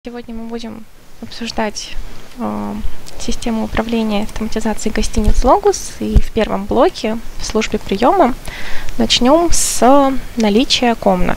Сегодня мы будем обсуждать систему управления автоматизацией гостиниц Logos. И в первом блоке в службе приема начнем с наличия комнат.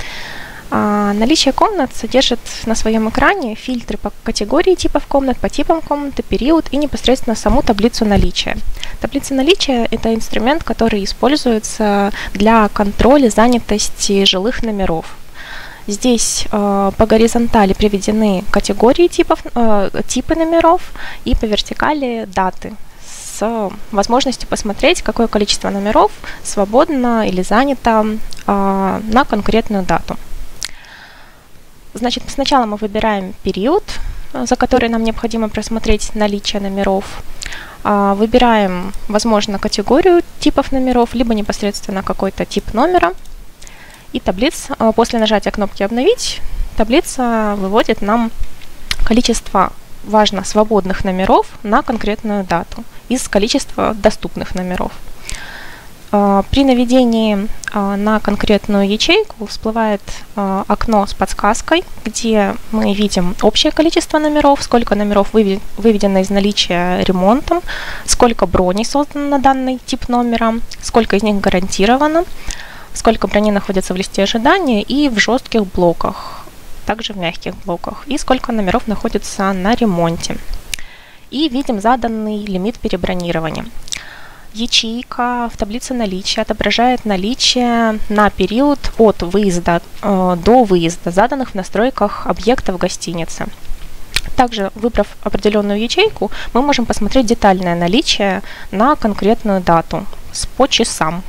Наличие комнат содержит на своем экране фильтры по категории типов комнат, по типам комнаты, период и непосредственно саму таблицу наличия. Таблица наличия – это инструмент, который используется для контроля занятости жилых номеров. Здесь по горизонтали приведены категории типы номеров и по вертикали даты с возможностью посмотреть, какое количество номеров свободно или занято на конкретную дату. Значит, сначала мы выбираем период, за который нам необходимо просмотреть наличие номеров. Выбираем, возможно, категорию типов номеров, либо непосредственно какой-то тип номера. И после нажатия кнопки «Обновить» таблица выводит нам количество, важно, свободных номеров на конкретную дату из количества доступных номеров. При наведении на конкретную ячейку всплывает окно с подсказкой, где мы видим общее количество номеров, сколько номеров выведено из наличия ремонтом, сколько броней создано на данный тип номера, сколько из них гарантировано, сколько брони находится в листе ожидания и в жестких блоках, также в мягких блоках, и сколько номеров находится на ремонте. И видим заданный лимит перебронирования. Ячейка в таблице наличия отображает наличие на период от выезда до выезда, заданных в настройках объектов гостиницы. Также, выбрав определенную ячейку, мы можем посмотреть детальное наличие на конкретную дату по часам.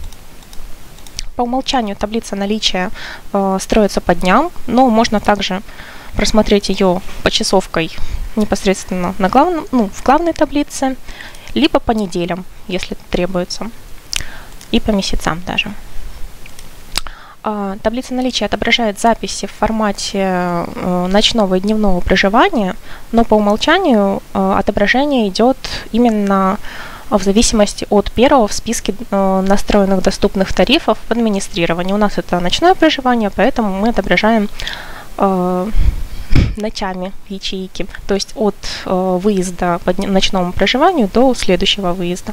По умолчанию таблица наличия строится по дням, но можно также просмотреть ее почасовкой непосредственно в главной таблице, либо по неделям, если требуется, и по месяцам даже. Таблица наличия отображает записи в формате ночного и дневного проживания, но по умолчанию отображение идет именно в зависимости от первого в списке настроенных доступных тарифов в администрировании. У нас это ночное проживание, поэтому мы отображаем ночами ячейки, то есть от выезда по ночному проживанию до следующего выезда.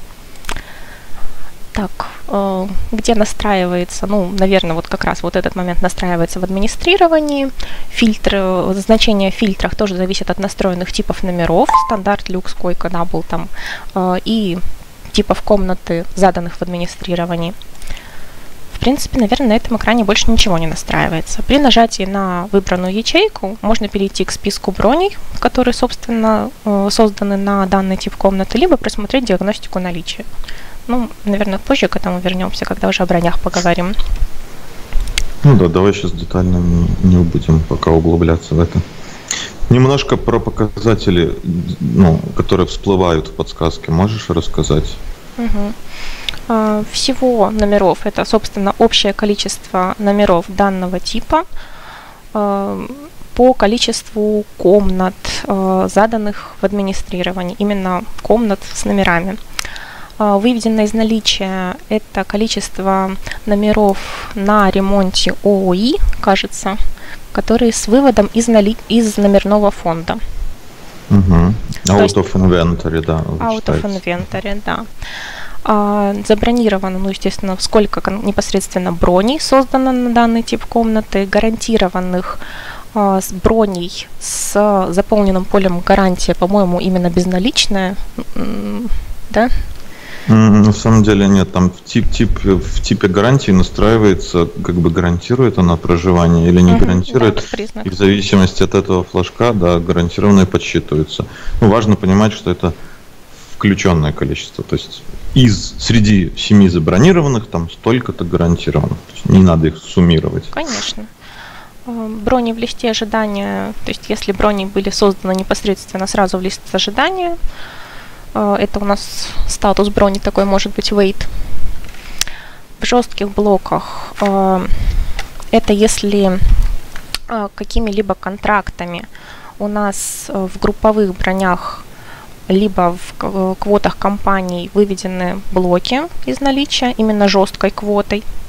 Так, где настраивается, наверное, вот как раз вот этот момент настраивается в администрировании. Значение в фильтрах тоже зависит от настроенных типов номеров, стандарт, люкс, койка, дабл там, и типов комнаты, заданных в администрировании. В принципе, наверное, на этом экране больше ничего не настраивается. При нажатии на выбранную ячейку можно перейти к списку броней, которые, собственно, созданы на данный тип комнаты, либо просмотреть диагностику наличия. Наверное, позже к этому вернемся, когда уже о бронях поговорим. Давай сейчас детально не будем пока углубляться в это. Немножко про показатели, которые всплывают в подсказке, можешь рассказать? Всего номеров, это, собственно, общее количество номеров данного типа по количеству комнат, заданных в администрировании, именно комнат с номерами. Выведено из наличия это количество номеров на ремонте ООИ, кажется, которые с выводом из номерного фонда. Out of inventory, да. Out of inventory, да. Забронировано, естественно, сколько непосредственно броней создано на данный тип комнаты, гарантированных с броней с заполненным полем гарантия, по-моему, именно безналичная, да? На самом деле нет, там в типе гарантии настраивается, гарантирует она проживание или не гарантирует, и в зависимости от этого флажка, гарантированное подсчитывается. Важно понимать, что это включенное количество, то есть среди 7 забронированных там столько-то гарантированных, то есть не надо их суммировать. Конечно. Брони в листе ожидания, то есть если брони были созданы непосредственно сразу в лист ожидания, это у нас статус брони такой может быть wait. В жестких блоках это если какими-либо контрактами у нас в групповых бронях либо в квотах компаний выведены блоки из наличия именно жесткой квотой.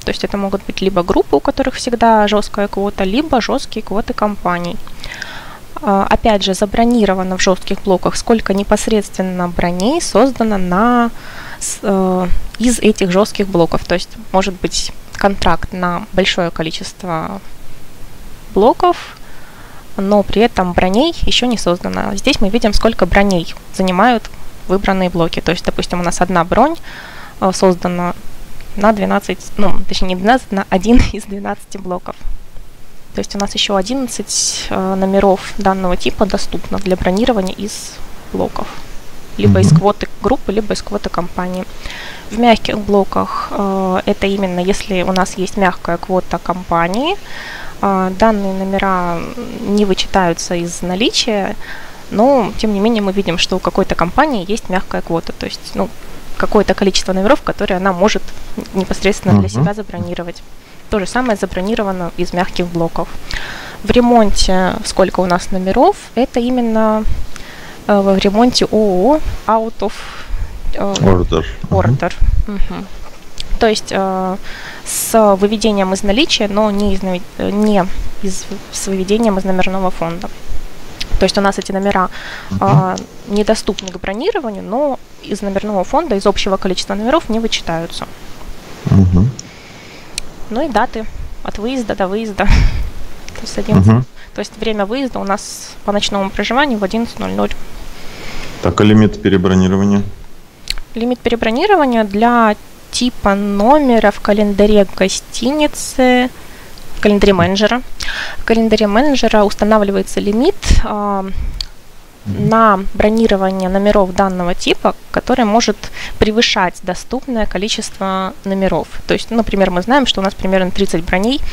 То есть это могут быть либо группы, у которых всегда жесткая квота, либо жесткие квоты компаний. Опять же, забронировано в жестких блоках, сколько непосредственно броней создано из этих жестких блоков. То есть может быть контракт на большое количество блоков, но при этом броней еще не создано. Здесь мы видим, сколько броней занимают выбранные блоки. То есть, допустим, у нас одна бронь создана на 12, точнее не 12, на 1 из 12 блоков. То есть у нас еще 11 номеров данного типа доступно для бронирования из блоков. Либо из квоты группы, либо из квоты компании. В мягких блоках это именно если у нас есть мягкая квота компании, данные номера не вычитаются из наличия, но тем не менее мы видим, что у какой-то компании есть мягкая квота, то есть какое-то количество номеров, которые она может непосредственно для себя забронировать. То же самое забронировано из мягких блоков. В ремонте сколько у нас номеров, это именно в ремонте ООО Out of Order. То есть с выведением из наличия, но не с выведением из номерного фонда. То есть у нас эти номера недоступны к бронированию, но из номерного фонда, из общего количества номеров не вычитаются. Ну и даты от выезда до выезда. То есть, то есть время выезда у нас по ночному проживанию в 11:00. Так, а лимит перебронирования? Лимит перебронирования для типа номера в календаре гостиницы, в календаре менеджера. В календаре менеджера устанавливается лимит на бронирование номеров данного типа, который может превышать доступное количество номеров. То есть, например, мы знаем, что у нас примерно 30 броней,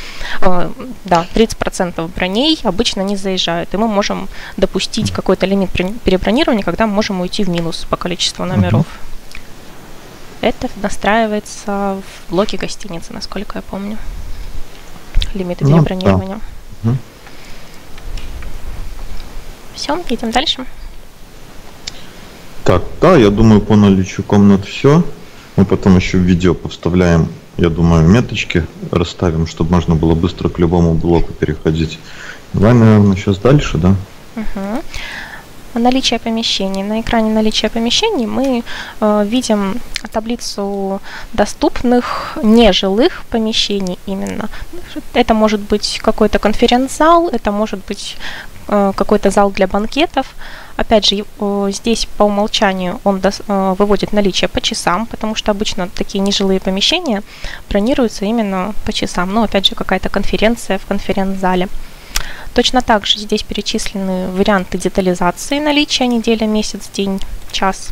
30% броней обычно не заезжают, и мы можем допустить какой-то лимит перебронирования, когда мы можем уйти в минус по количеству номеров. Это настраивается в блоке гостиницы, насколько я помню. Лимиты перебронирования. Все, едем дальше. Так, да, я думаю, по наличию комнат все. Мы потом еще в видео повставляем, я думаю, меточки расставим, чтобы можно было быстро к любому блоку переходить. Давай, наверное, сейчас дальше, да? Наличие помещений. На экране наличия помещений мы видим таблицу доступных нежилых помещений именно. Это может быть какой-то конференц-зал, это может быть какой-то зал для банкетов. Опять же, здесь по умолчанию он выводит наличие по часам, потому что обычно такие нежилые помещения бронируются именно по часам. Но опять же, какая-то конференция в конференц-зале. Точно так же здесь перечислены варианты детализации наличия: неделя, месяц, день, час.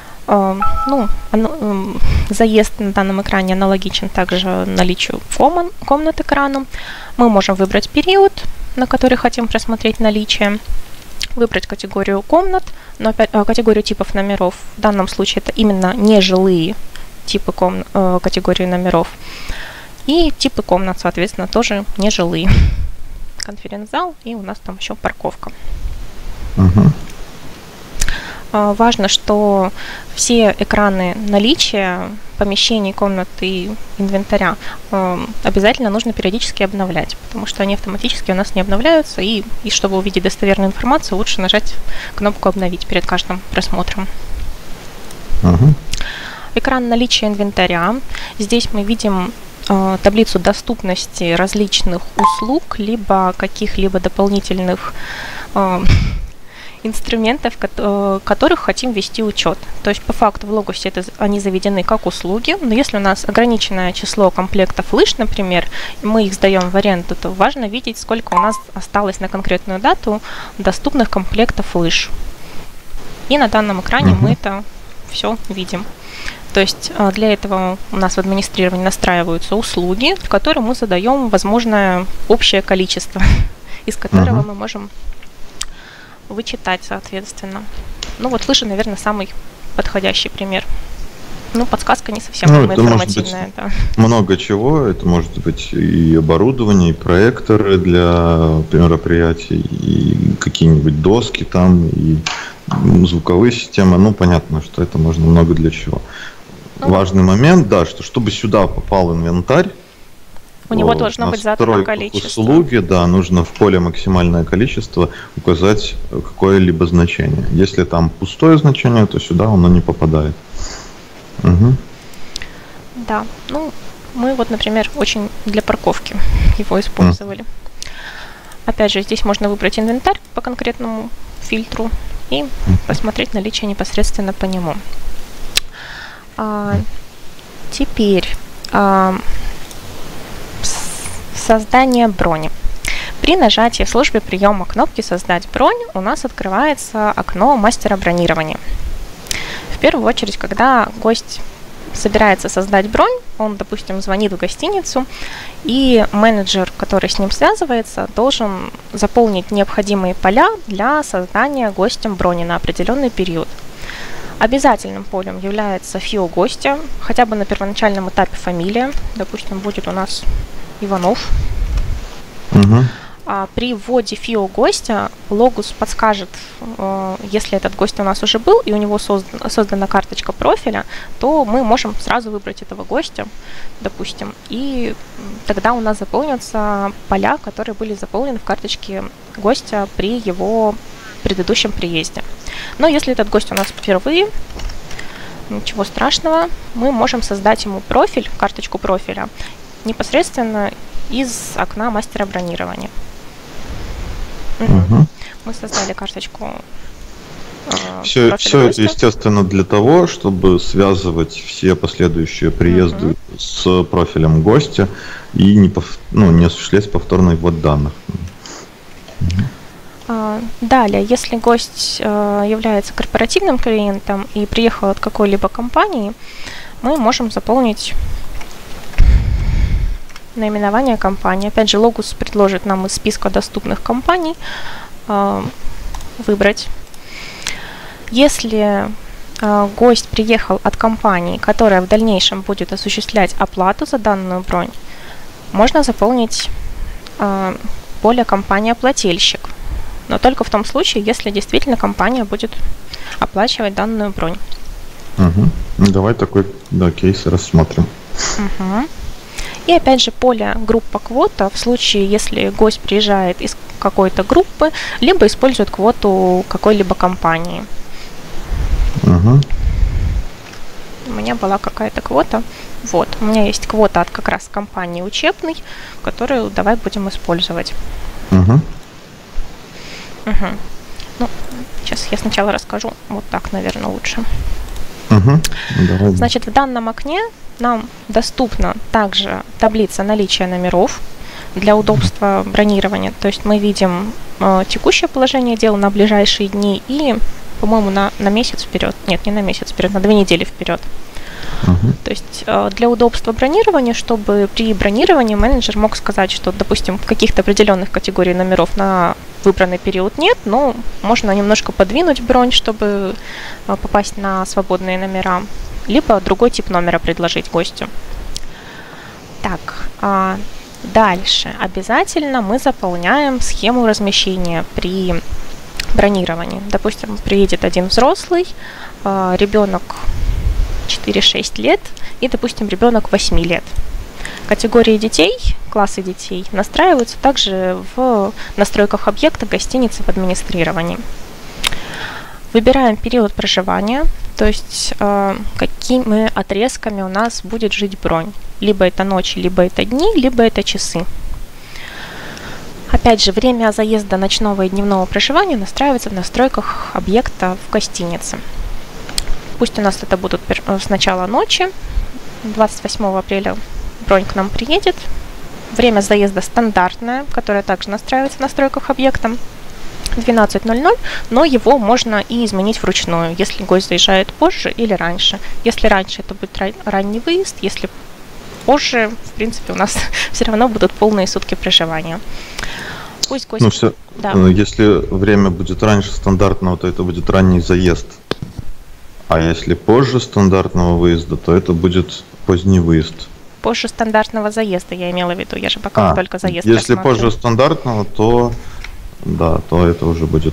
Заезд на данном экране аналогичен также наличию комнат экрана. Мы можем выбрать период, на который хотим просмотреть наличие, выбрать категорию комнат, но опять категорию типов номеров. В данном случае это именно нежилые типы категории номеров. И типы комнат, соответственно, тоже нежилые. Конференц-зал, и у нас там еще парковка. Важно, что все экраны наличия помещений, комнат и инвентаря обязательно нужно периодически обновлять, потому что они автоматически у нас не обновляются, и чтобы увидеть достоверную информацию, лучше нажать кнопку «Обновить» перед каждым просмотром. Экран наличия инвентаря. Здесь мы видим таблицу доступности различных услуг, либо каких-либо дополнительных инструментов, которых хотим ввести учет. То есть по факту в Логосе они заведены как услуги, но если у нас ограниченное число комплектов лыж, например, и мы их сдаем в аренду, то важно видеть, сколько у нас осталось на конкретную дату доступных комплектов лыж. И на данном экране мы это все видим. То есть для этого у нас в администрировании настраиваются услуги, в которые мы задаем возможное общее количество, из которого мы можем вычитать, соответственно. Ну вот лыжи, наверное, самый подходящий пример. Ну, подсказка не совсем информативная. Да. Много чего. Это может быть и оборудование, и проекторы для мероприятий, и какие-нибудь доски там, и звуковые системы. Ну, понятно, что это можно много для чего. Важный момент, да, что чтобы сюда попал инвентарь, У него должно быть заданное количество. Услуги, да, нужно в поле максимальное количество указать какое-либо значение. Если там пустое значение, то сюда оно не попадает. Угу. Да, ну, мы вот, например, очень для парковки его использовали. Опять же, здесь можно выбрать инвентарь по конкретному фильтру и посмотреть наличие непосредственно по нему. Теперь создание брони. При нажатии в службе приема кнопки «Создать бронь» у нас открывается окно мастера бронирования. В первую очередь, когда гость собирается создать бронь, он, допустим, звонит в гостиницу, и менеджер, который с ним связывается, должен заполнить необходимые поля для создания гостем брони на определенный период. Обязательным полем является ФИО гостя, хотя бы на первоначальном этапе фамилия, допустим, будет у нас Иванов. При вводе ФИО гостя Логус подскажет, если этот гость у нас уже был и у него создана карточка профиля, то мы можем сразу выбрать этого гостя, допустим, и тогда у нас заполнятся поля, которые были заполнены в карточке гостя при его предыдущем приезде. Но если этот гость у нас впервые, ничего страшного, мы можем создать ему профиль, карточку профиля, непосредственно из окна мастера бронирования. Мы создали карточку. Все это, естественно, для того, чтобы связывать все последующие приезды с профилем гостя и не осуществлять повторный ввод данных. Далее, если гость является корпоративным клиентом и приехал от какой-либо компании, мы можем заполнить наименование компании. Опять же, Логус предложит нам из списка доступных компаний выбрать. Если гость приехал от компании, которая в дальнейшем будет осуществлять оплату за данную бронь, можно заполнить поле «Компания-плательщик». Но только в том случае, если действительно компания будет оплачивать данную бронь. Давай такой кейс рассмотрим. И опять же поле группа квота в случае, если гость приезжает из какой-то группы, либо использует квоту какой-либо компании. У меня была какая-то квота. Вот, у меня есть квота от как раз компании учебной, которую давай будем использовать. Ну, сейчас я сначала расскажу. Вот так, наверное, лучше. Значит, в данном окне нам доступна также таблица наличия номеров для удобства бронирования. То есть мы видим текущее положение дел на ближайшие дни и, по-моему, на месяц вперед. Нет, не на месяц вперед, на 2 недели вперед. То есть для удобства бронирования, чтобы при бронировании менеджер мог сказать, что, допустим, каких-то определенных категорий номеров на выбранный период нет, но можно немножко подвинуть бронь, чтобы попасть на свободные номера, либо другой тип номера предложить гостю. Так, дальше обязательно мы заполняем схему размещения при бронировании. Допустим, приедет один взрослый, ребенок 4-6 лет и, допустим, ребенок 8 лет. Категории детей, классы детей настраиваются также в настройках объекта гостиницы в администрировании. Выбираем период проживания, то есть какими отрезками у нас будет жить бронь. Либо это ночи, либо это дни, либо это часы. Опять же, время заезда ночного и дневного проживания настраивается в настройках объекта в гостинице. Пусть у нас это будут сначала ночи, 28 апреля бронь к нам приедет. Время заезда стандартное, которое также настраивается в настройках объекта, 12:00, но его можно и изменить вручную, если гость заезжает позже или раньше. Если раньше, это будет ранний выезд, если позже, в принципе, у нас все равно будут полные сутки проживания. Пусть гость... Да. Если время будет раньше стандартного, то это будет ранний заезд. А если позже стандартного выезда, то это будет поздний выезд. Позже стандартного заезда, я имела в виду, я же пока только заезд если позже стандартного, то да, то это уже будет...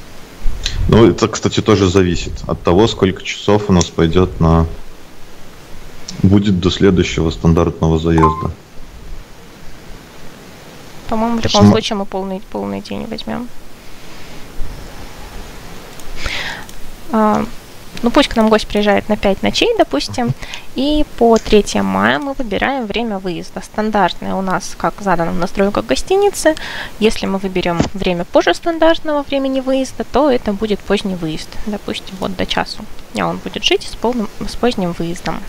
Ну, это, кстати, тоже зависит от того, сколько часов у нас пойдет будет до следующего стандартного заезда. По-моему, в любом случае мы полный день возьмем. Ну, пусть к нам гость приезжает на 5 ночей, допустим, и по 3 мая мы выбираем время выезда. Стандартное у нас, как задано в настройках гостиницы. Если мы выберем время позже стандартного времени выезда, то это будет поздний выезд. Допустим, вот до часу дня он будет жить с поздним выездом.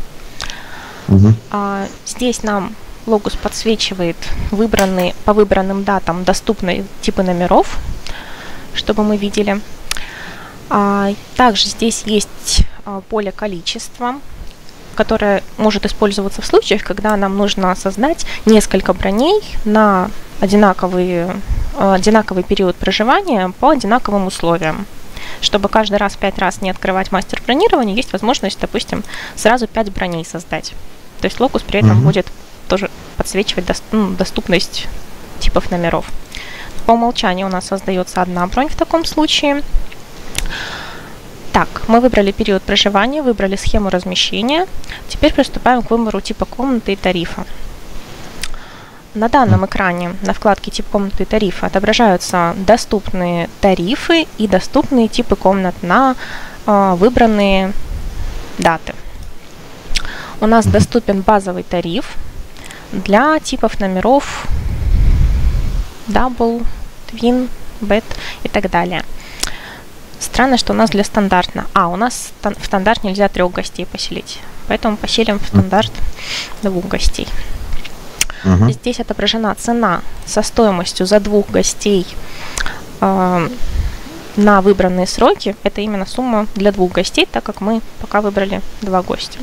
Здесь нам Логус подсвечивает по выбранным датам доступные типы номеров, чтобы мы видели. Также здесь есть поле количества, которое может использоваться в случаях, когда нам нужно создать несколько броней на одинаковый период проживания по одинаковым условиям. Чтобы каждый раз 5 раз не открывать мастер бронирования, есть возможность, допустим, сразу 5 броней создать. То есть Логус при этом будет тоже подсвечивать доступность типов номеров. По умолчанию у нас создается одна бронь в таком случае. Так, мы выбрали период проживания, выбрали схему размещения. Теперь приступаем к выбору типа комнаты и тарифа. На данном экране на вкладке «Тип комнаты и тарифа» отображаются доступные тарифы и доступные типы комнат на выбранные даты. У нас доступен базовый тариф для типов номеров Double, Twin, Bed и так далее. Странно, что у нас для стандарта. У нас в стандарт нельзя 3 гостей поселить. Поэтому поселим в стандарт 2 гостей. Здесь отображена цена со стоимостью за 2 гостей на выбранные сроки. Это именно сумма для 2 гостей, так как мы пока выбрали 2 гостя.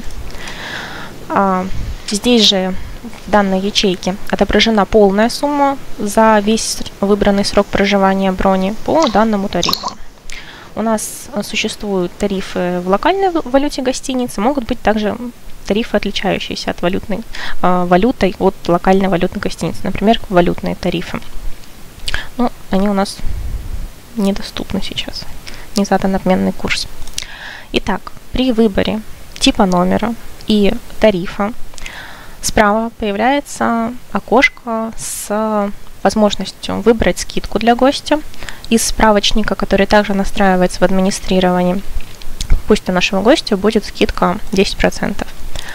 Здесь же в данной ячейке отображена полная сумма за весь выбранный срок проживания брони по данному тарифу. У нас существуют тарифы в локальной валюте гостиницы, могут быть также тарифы, отличающиеся от валютой от локальной валюты гостиницы, например, валютные тарифы. Но они у нас недоступны сейчас, не задан обменный курс. Итак, при выборе типа номера и тарифа справа появляется окошко с возможностью выбрать скидку для гостя из справочника, который также настраивается в администрировании. Пусть у нашего гостя будет скидка 10%.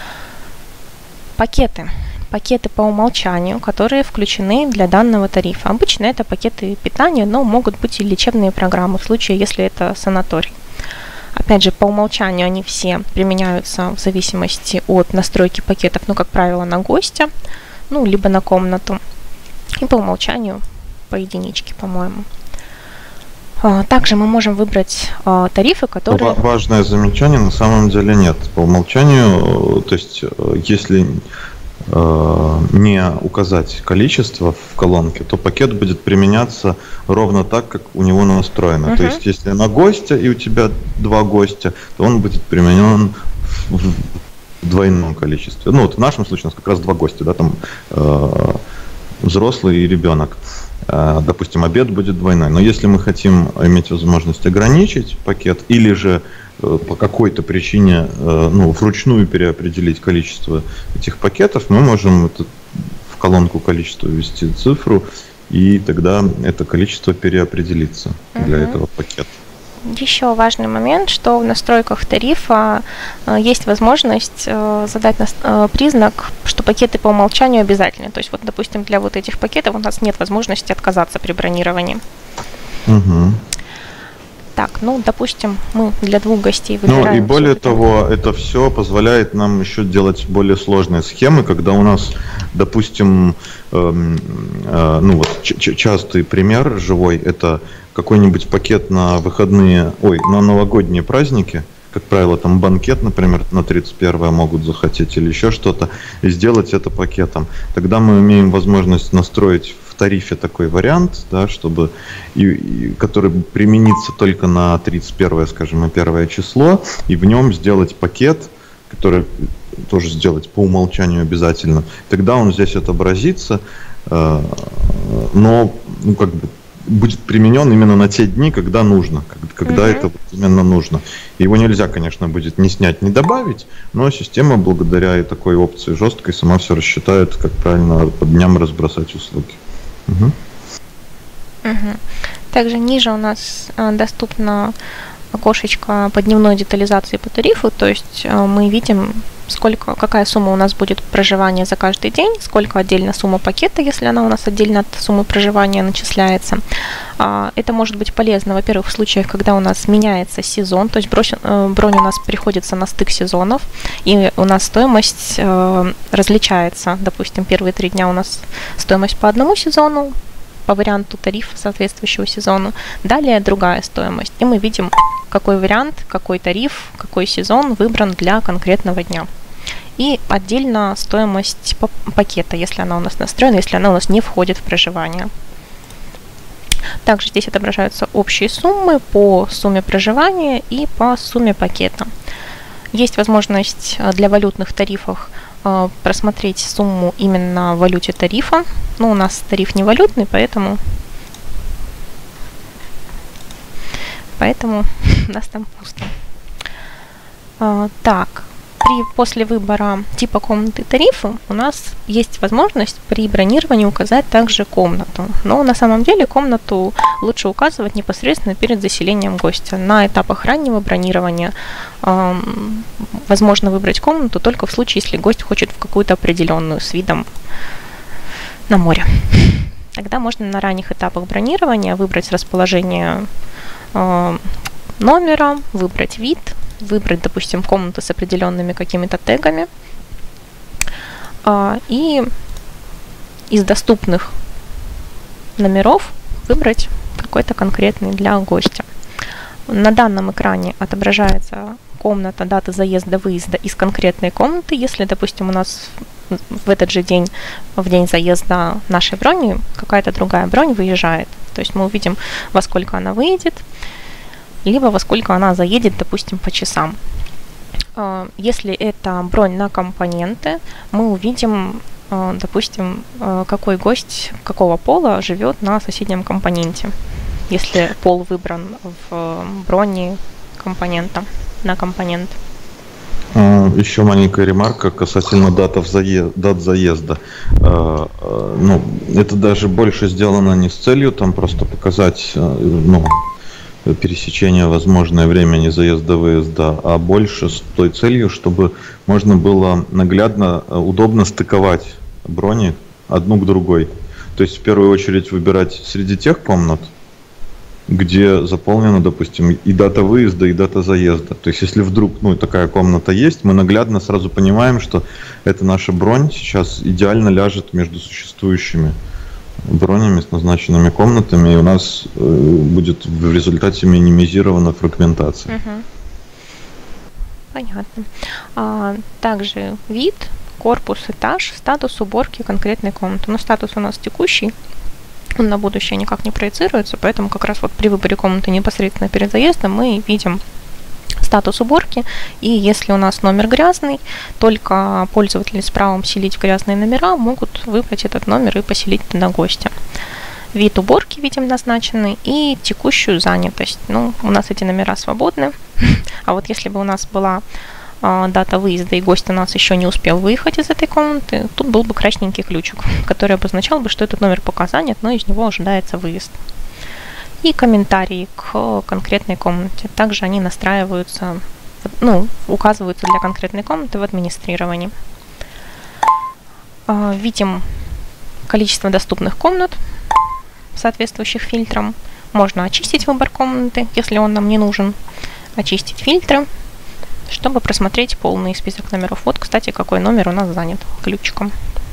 Пакеты по умолчанию, которые включены для данного тарифа. Обычно это пакеты питания, но могут быть и лечебные программы, в случае, если это санаторий. Опять же, по умолчанию они все применяются в зависимости от настройки пакетов, как правило, на гостя, либо на комнату. И по умолчанию по единичке, по-моему. Также мы можем выбрать тарифы, которые... Важное замечание, на самом деле нет. По умолчанию, то есть если не указать количество в колонке, то пакет будет применяться ровно так, как у него настроено. То есть если на гостя и у тебя 2 гостя, то он будет применен в двойном количестве. В нашем случае у нас как раз 2 гостя, да, там взрослый и ребенок. Допустим, обед будет двойной. Но если мы хотим иметь возможность ограничить пакет или же по какой-то причине вручную переопределить количество этих пакетов, мы можем в колонку количества ввести цифру, и тогда это количество переопределится для этого пакета. Еще важный момент, что в настройках тарифа есть возможность задать признак, что пакеты по умолчанию обязательны. То есть, допустим, для этих пакетов у нас нет возможности отказаться при бронировании. Так, допустим, мы для 2 гостей выбираем. И более того, это все позволяет нам еще делать более сложные схемы, когда у нас, допустим, частый пример живой, это какой-нибудь пакет на выходные, на новогодние праздники, как правило, там банкет, например, на 31-е могут захотеть или еще что-то, и сделать это пакетом. Тогда мы имеем возможность настроить в тарифе такой вариант, да, чтобы который применится только на 31-е, скажем, и 1 число, и в нем сделать пакет, который тоже сделать по умолчанию обязательно. Тогда он здесь отобразится, но будет применен именно на те дни, когда нужно, когда это именно нужно. Его нельзя, конечно, будет ни снять, ни добавить, но система благодаря такой опции жесткой сама все рассчитает, как правильно по дням разбросать услуги. Угу. Угу. Также ниже у нас доступно окошечко по дневной детализации по тарифу, то есть мы видим, какая сумма у нас будет проживания за каждый день, сколько отдельно сумма пакета, если она у нас отдельно от суммы проживания начисляется. Это может быть полезно, во-первых, в случаях, когда у нас меняется сезон, то есть бронь у нас приходится на стык сезонов, и у нас стоимость различается. Допустим, первые 3 дня у нас стоимость по одному сезону, по варианту тарифа соответствующего сезону, далее другая стоимость. И мы видим, какой вариант, какой тариф, какой сезон выбран для конкретного дня. И отдельно стоимость пакета, если она у нас настроена, если она у нас не входит в проживание. Также здесь отображаются общие суммы по сумме проживания и по сумме пакета. Есть возможность для валютных тарифов просмотреть сумму именно в валюте тарифа. Но у нас тариф не валютный, поэтому у нас там пусто. После выбора типа комнаты тарифа у нас есть возможность при бронировании указать также комнату. Но на самом деле комнату лучше указывать непосредственно перед заселением гостя. На этапах раннего бронирования возможно выбрать комнату только в случае, если гость хочет в какую-то определенную с видом на море. Тогда можно на ранних этапах бронирования выбрать расположение номера, выбрать вид, выбрать, допустим, комнату с определенными какими-то тегами. И из доступных номеров выбрать какой-то конкретный для гостя. На данном экране отображается комната, дата заезда-выезда из конкретной комнаты. Если, допустим, у нас в этот же день, в день заезда нашей брони, какая-то другая бронь выезжает. То есть мы увидим, во сколько она выедет, либо во сколько она заедет, допустим, по часам. Если это бронь на компоненты, мы увидим, допустим, какой гость какого пола живет на соседнем компоненте, если пол выбран в броне компонента на компонент. Еще маленькая ремарка касательно дат заезда. Это даже больше сделано не с целью там просто показать пересечение возможное времени заезда-выезда, а больше с той целью, чтобы можно было наглядно, удобно стыковать брони одну к другой. То есть в первую очередь выбирать среди тех комнат, где заполнена, допустим, и дата выезда, и дата заезда. То есть если вдруг такая комната есть, мы наглядно сразу понимаем, что эта наша бронь сейчас идеально ляжет между существующими бронями с назначенными комнатами, и у нас будет в результате минимизирована фрагментация. Понятно. Также вид, корпус, этаж, статус уборки конкретной комнаты. Но статус у нас текущий, он на будущее никак не проецируется, поэтому как раз вот при выборе комнаты непосредственно перед заездом мы видим статус уборки, и если у нас номер грязный, только пользователи с правом селить в грязные номера могут выбрать этот номер и поселить туда гостя. Вид уборки видим назначенный и текущую занятость. У нас эти номера свободны, а вот если бы у нас была дата выезда и гость у нас еще не успел выехать из этой комнаты, тут был бы красненький ключик, который обозначал бы, что этот номер пока занят, но из него ожидается выезд. И комментарии к конкретной комнате. Также они настраиваются, указываются для конкретной комнаты в администрировании. Видим количество доступных комнат, соответствующих фильтрам. Можно очистить выбор комнаты, если он нам не нужен, очистить фильтры, чтобы просмотреть полный список номеров. Вот, кстати, какой номер у нас занят ключиком.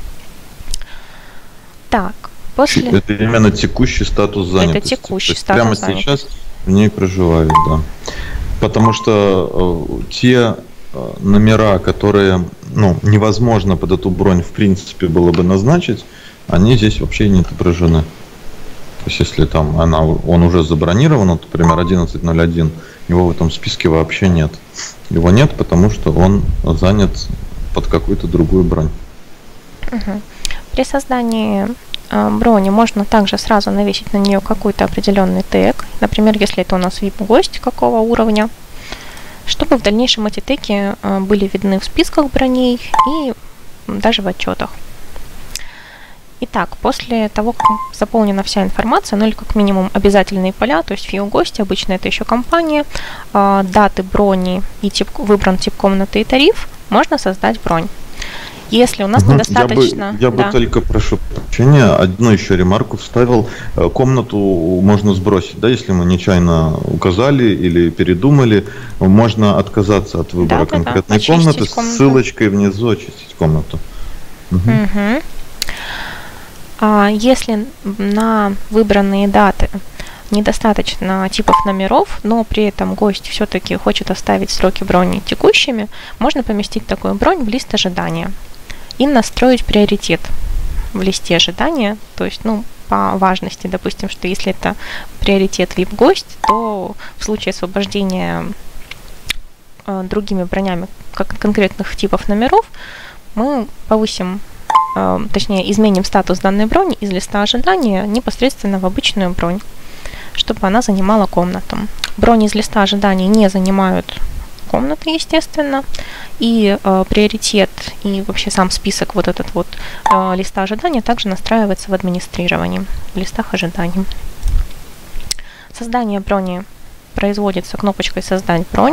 Это именно текущий статус занятости. Это текущий статус занятости. Прямо сейчас в ней проживают, да. Потому что те номера, которые невозможно под эту бронь в принципе было бы назначить, они здесь вообще не отображены. То есть если там он уже забронирован, например, 1101, его в этом списке вообще нет. Его нет, потому что он занят под какую-то другую бронь. При создании брони можно также сразу навесить на нее какой-то определенный тег. Например, если это у нас VIP-гость какого уровня, чтобы в дальнейшем эти теги были видны в списках броней и даже в отчетах. Итак, после того, как заполнена вся информация, ну или как минимум обязательные поля, то есть фио гости, обычно это еще компания, даты брони и выбран тип комнаты и тариф, можно создать бронь. Если у нас недостаточно... Я бы только, прошу прощения, одну еще ремарку вставил. Комнату можно сбросить, да, если мы нечаянно указали или передумали, можно отказаться от выбора конкретной комнаты с ссылочкой внизу «Очистить комнату». Если на выбранные даты недостаточно типов номеров, но при этом гость все-таки хочет оставить сроки брони текущими, можно поместить такую бронь в лист ожидания и настроить приоритет в листе ожидания, то есть, по важности, допустим, что если это приоритет VIP-гость, то в случае освобождения другими бронями конкретных типов номеров мы повысим, точнее, изменим статус данной брони из листа ожидания непосредственно в обычную бронь, чтобы она занимала комнату. Брони из листа ожидания не занимают комнаты, естественно, и приоритет и вообще сам список вот этот вот листа ожидания также настраивается в администрировании, в листах ожидания. Создание брони производится кнопочкой «Создать бронь».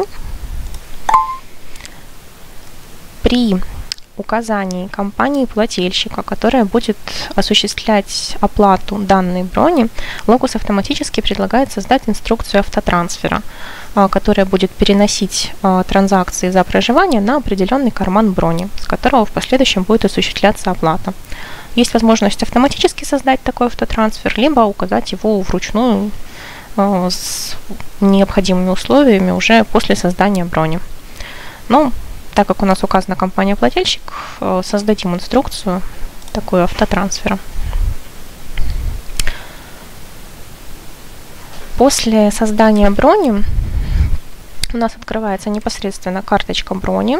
При указании компании-плательщика, которая будет осуществлять оплату данной брони, Locus автоматически предлагает создать инструкцию автотрансфера, которая будет переносить транзакции за проживание на определенный карман брони, с которого в последующем будет осуществляться оплата. Есть возможность автоматически создать такой автотрансфер, либо указать его вручную с необходимыми условиями уже после создания брони. Так как у нас указана компания-плательщик, создадим инструкцию такую автотрансфера. После создания брони у нас открывается непосредственно карточка брони.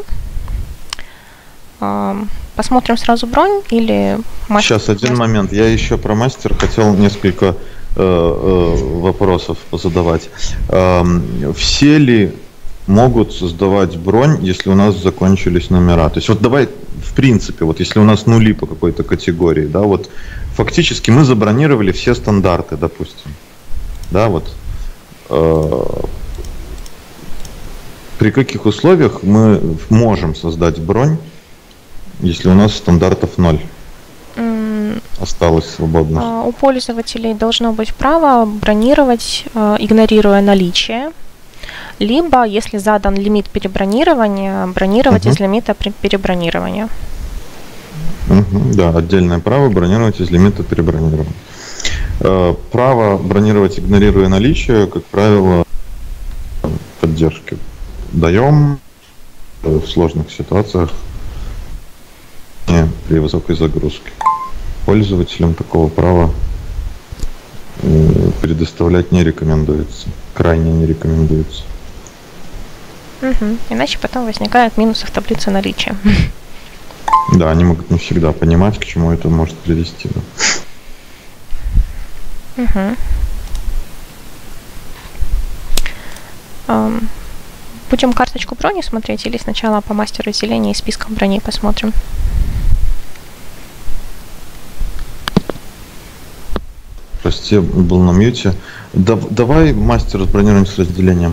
Посмотрим сразу бронь или мастер? Сейчас, один момент. Я еще про мастер хотел несколько вопросов задавать. Все ли могут создавать бронь, если у нас закончились номера? То есть вот давай, в принципе, вот если у нас нули по какой-то категории, да, вот фактически мы забронировали все стандарты, допустим, да, вот при каких условиях мы можем создать бронь, если у нас стандартов 0? Осталось свободно. У пользователей должно быть право бронировать, игнорируя наличие, либо, если задан лимит перебронирования, бронировать из лимита перебронирования. Да, отдельное право бронировать из лимита перебронирования. Право бронировать, игнорируя наличие, как правило, поддержки даем в сложных ситуациях при высокой загрузке. Пользователям такого права предоставлять не рекомендуется, крайне не рекомендуется. Иначе потом возникают минусы в таблице наличия. Да, они могут не всегда понимать, к чему это может привести. Да. Будем карточку брони смотреть или сначала по мастеру изделения и спискам броней посмотрим? Прости, был на мьюте. Давай мастер с бронированием с разделением.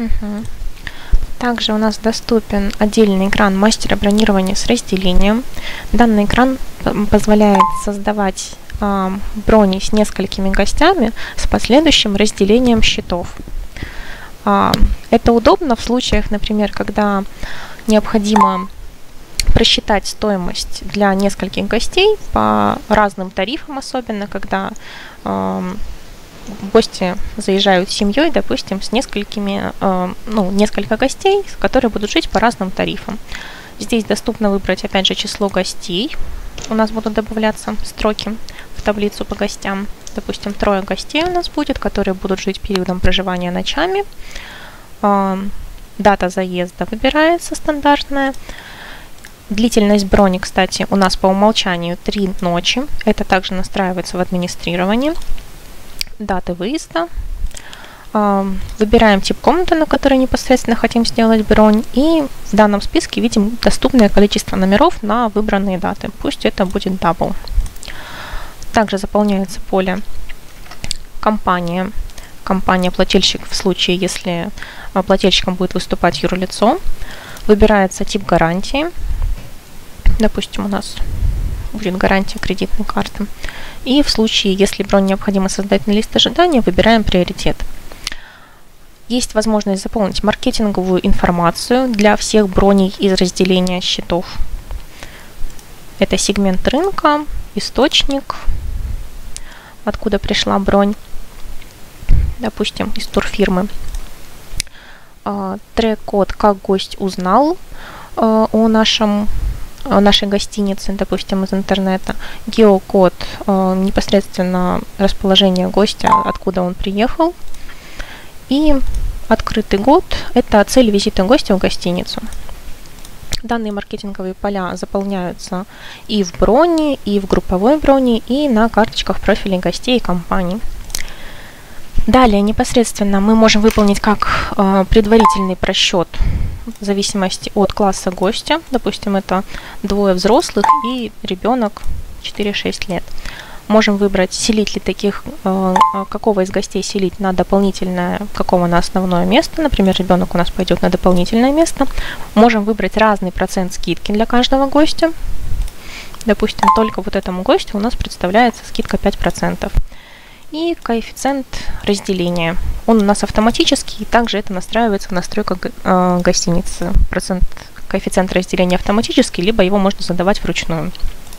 Также у нас доступен отдельный экран мастера бронирования с разделением. Данный экран позволяет создавать брони с несколькими гостями с последующим разделением счетов. Это удобно в случаях, например, когда необходимо просчитать стоимость для нескольких гостей по разным тарифам, особенно когда гости заезжают с семьей, допустим, с несколько гостей, которые будут жить по разным тарифам. Здесь доступно выбрать, опять же, число гостей. У нас будут добавляться строки в таблицу по гостям. Допустим, 3 гостей у нас будет, которые будут жить периодом проживания ночами. Дата заезда выбирается стандартная. Длительность брони, кстати, у нас по умолчанию 3 ночи. Это также настраивается в администрировании. Даты выезда. Выбираем тип комнаты, на которой непосредственно хотим сделать бронь. И в данном списке видим доступное количество номеров на выбранные даты. Пусть это будет double. Также заполняется поле компания, компания-плательщик в случае, если плательщиком будет выступать юрлицо. Выбирается тип гарантии. Допустим, у нас будет гарантия кредитной карты. И в случае, если бронь необходимо создать на лист ожидания, выбираем приоритет. Есть возможность заполнить маркетинговую информацию для всех броней из разделения счетов. Это сегмент рынка, источник, откуда пришла бронь, допустим, из турфирмы. Трек-код, как гость узнал о нашей гостинице, допустим, из интернета. Геокод, непосредственно расположение гостя, откуда он приехал. И открытый год – это цель визита гостя в гостиницу. Данные маркетинговые поля заполняются и в броне, и в групповой броне, и на карточках профилей гостей и компаний. Далее непосредственно мы можем выполнить как предварительный просчет в зависимости от класса гостя. Допустим, это двое взрослых и ребенок 4-6 лет. Можем выбрать, селить ли таких, какого из гостей селить на дополнительное, какого на основное место. Например, ребенок у нас пойдет на дополнительное место. Можем выбрать разный процент скидки для каждого гостя. Допустим, только вот этому гостю у нас представляется скидка 5%. И коэффициент разделения. Он у нас автоматический, и также это настраивается в настройках гостиницы. Коэффициент разделения автоматический, либо его можно задавать вручную.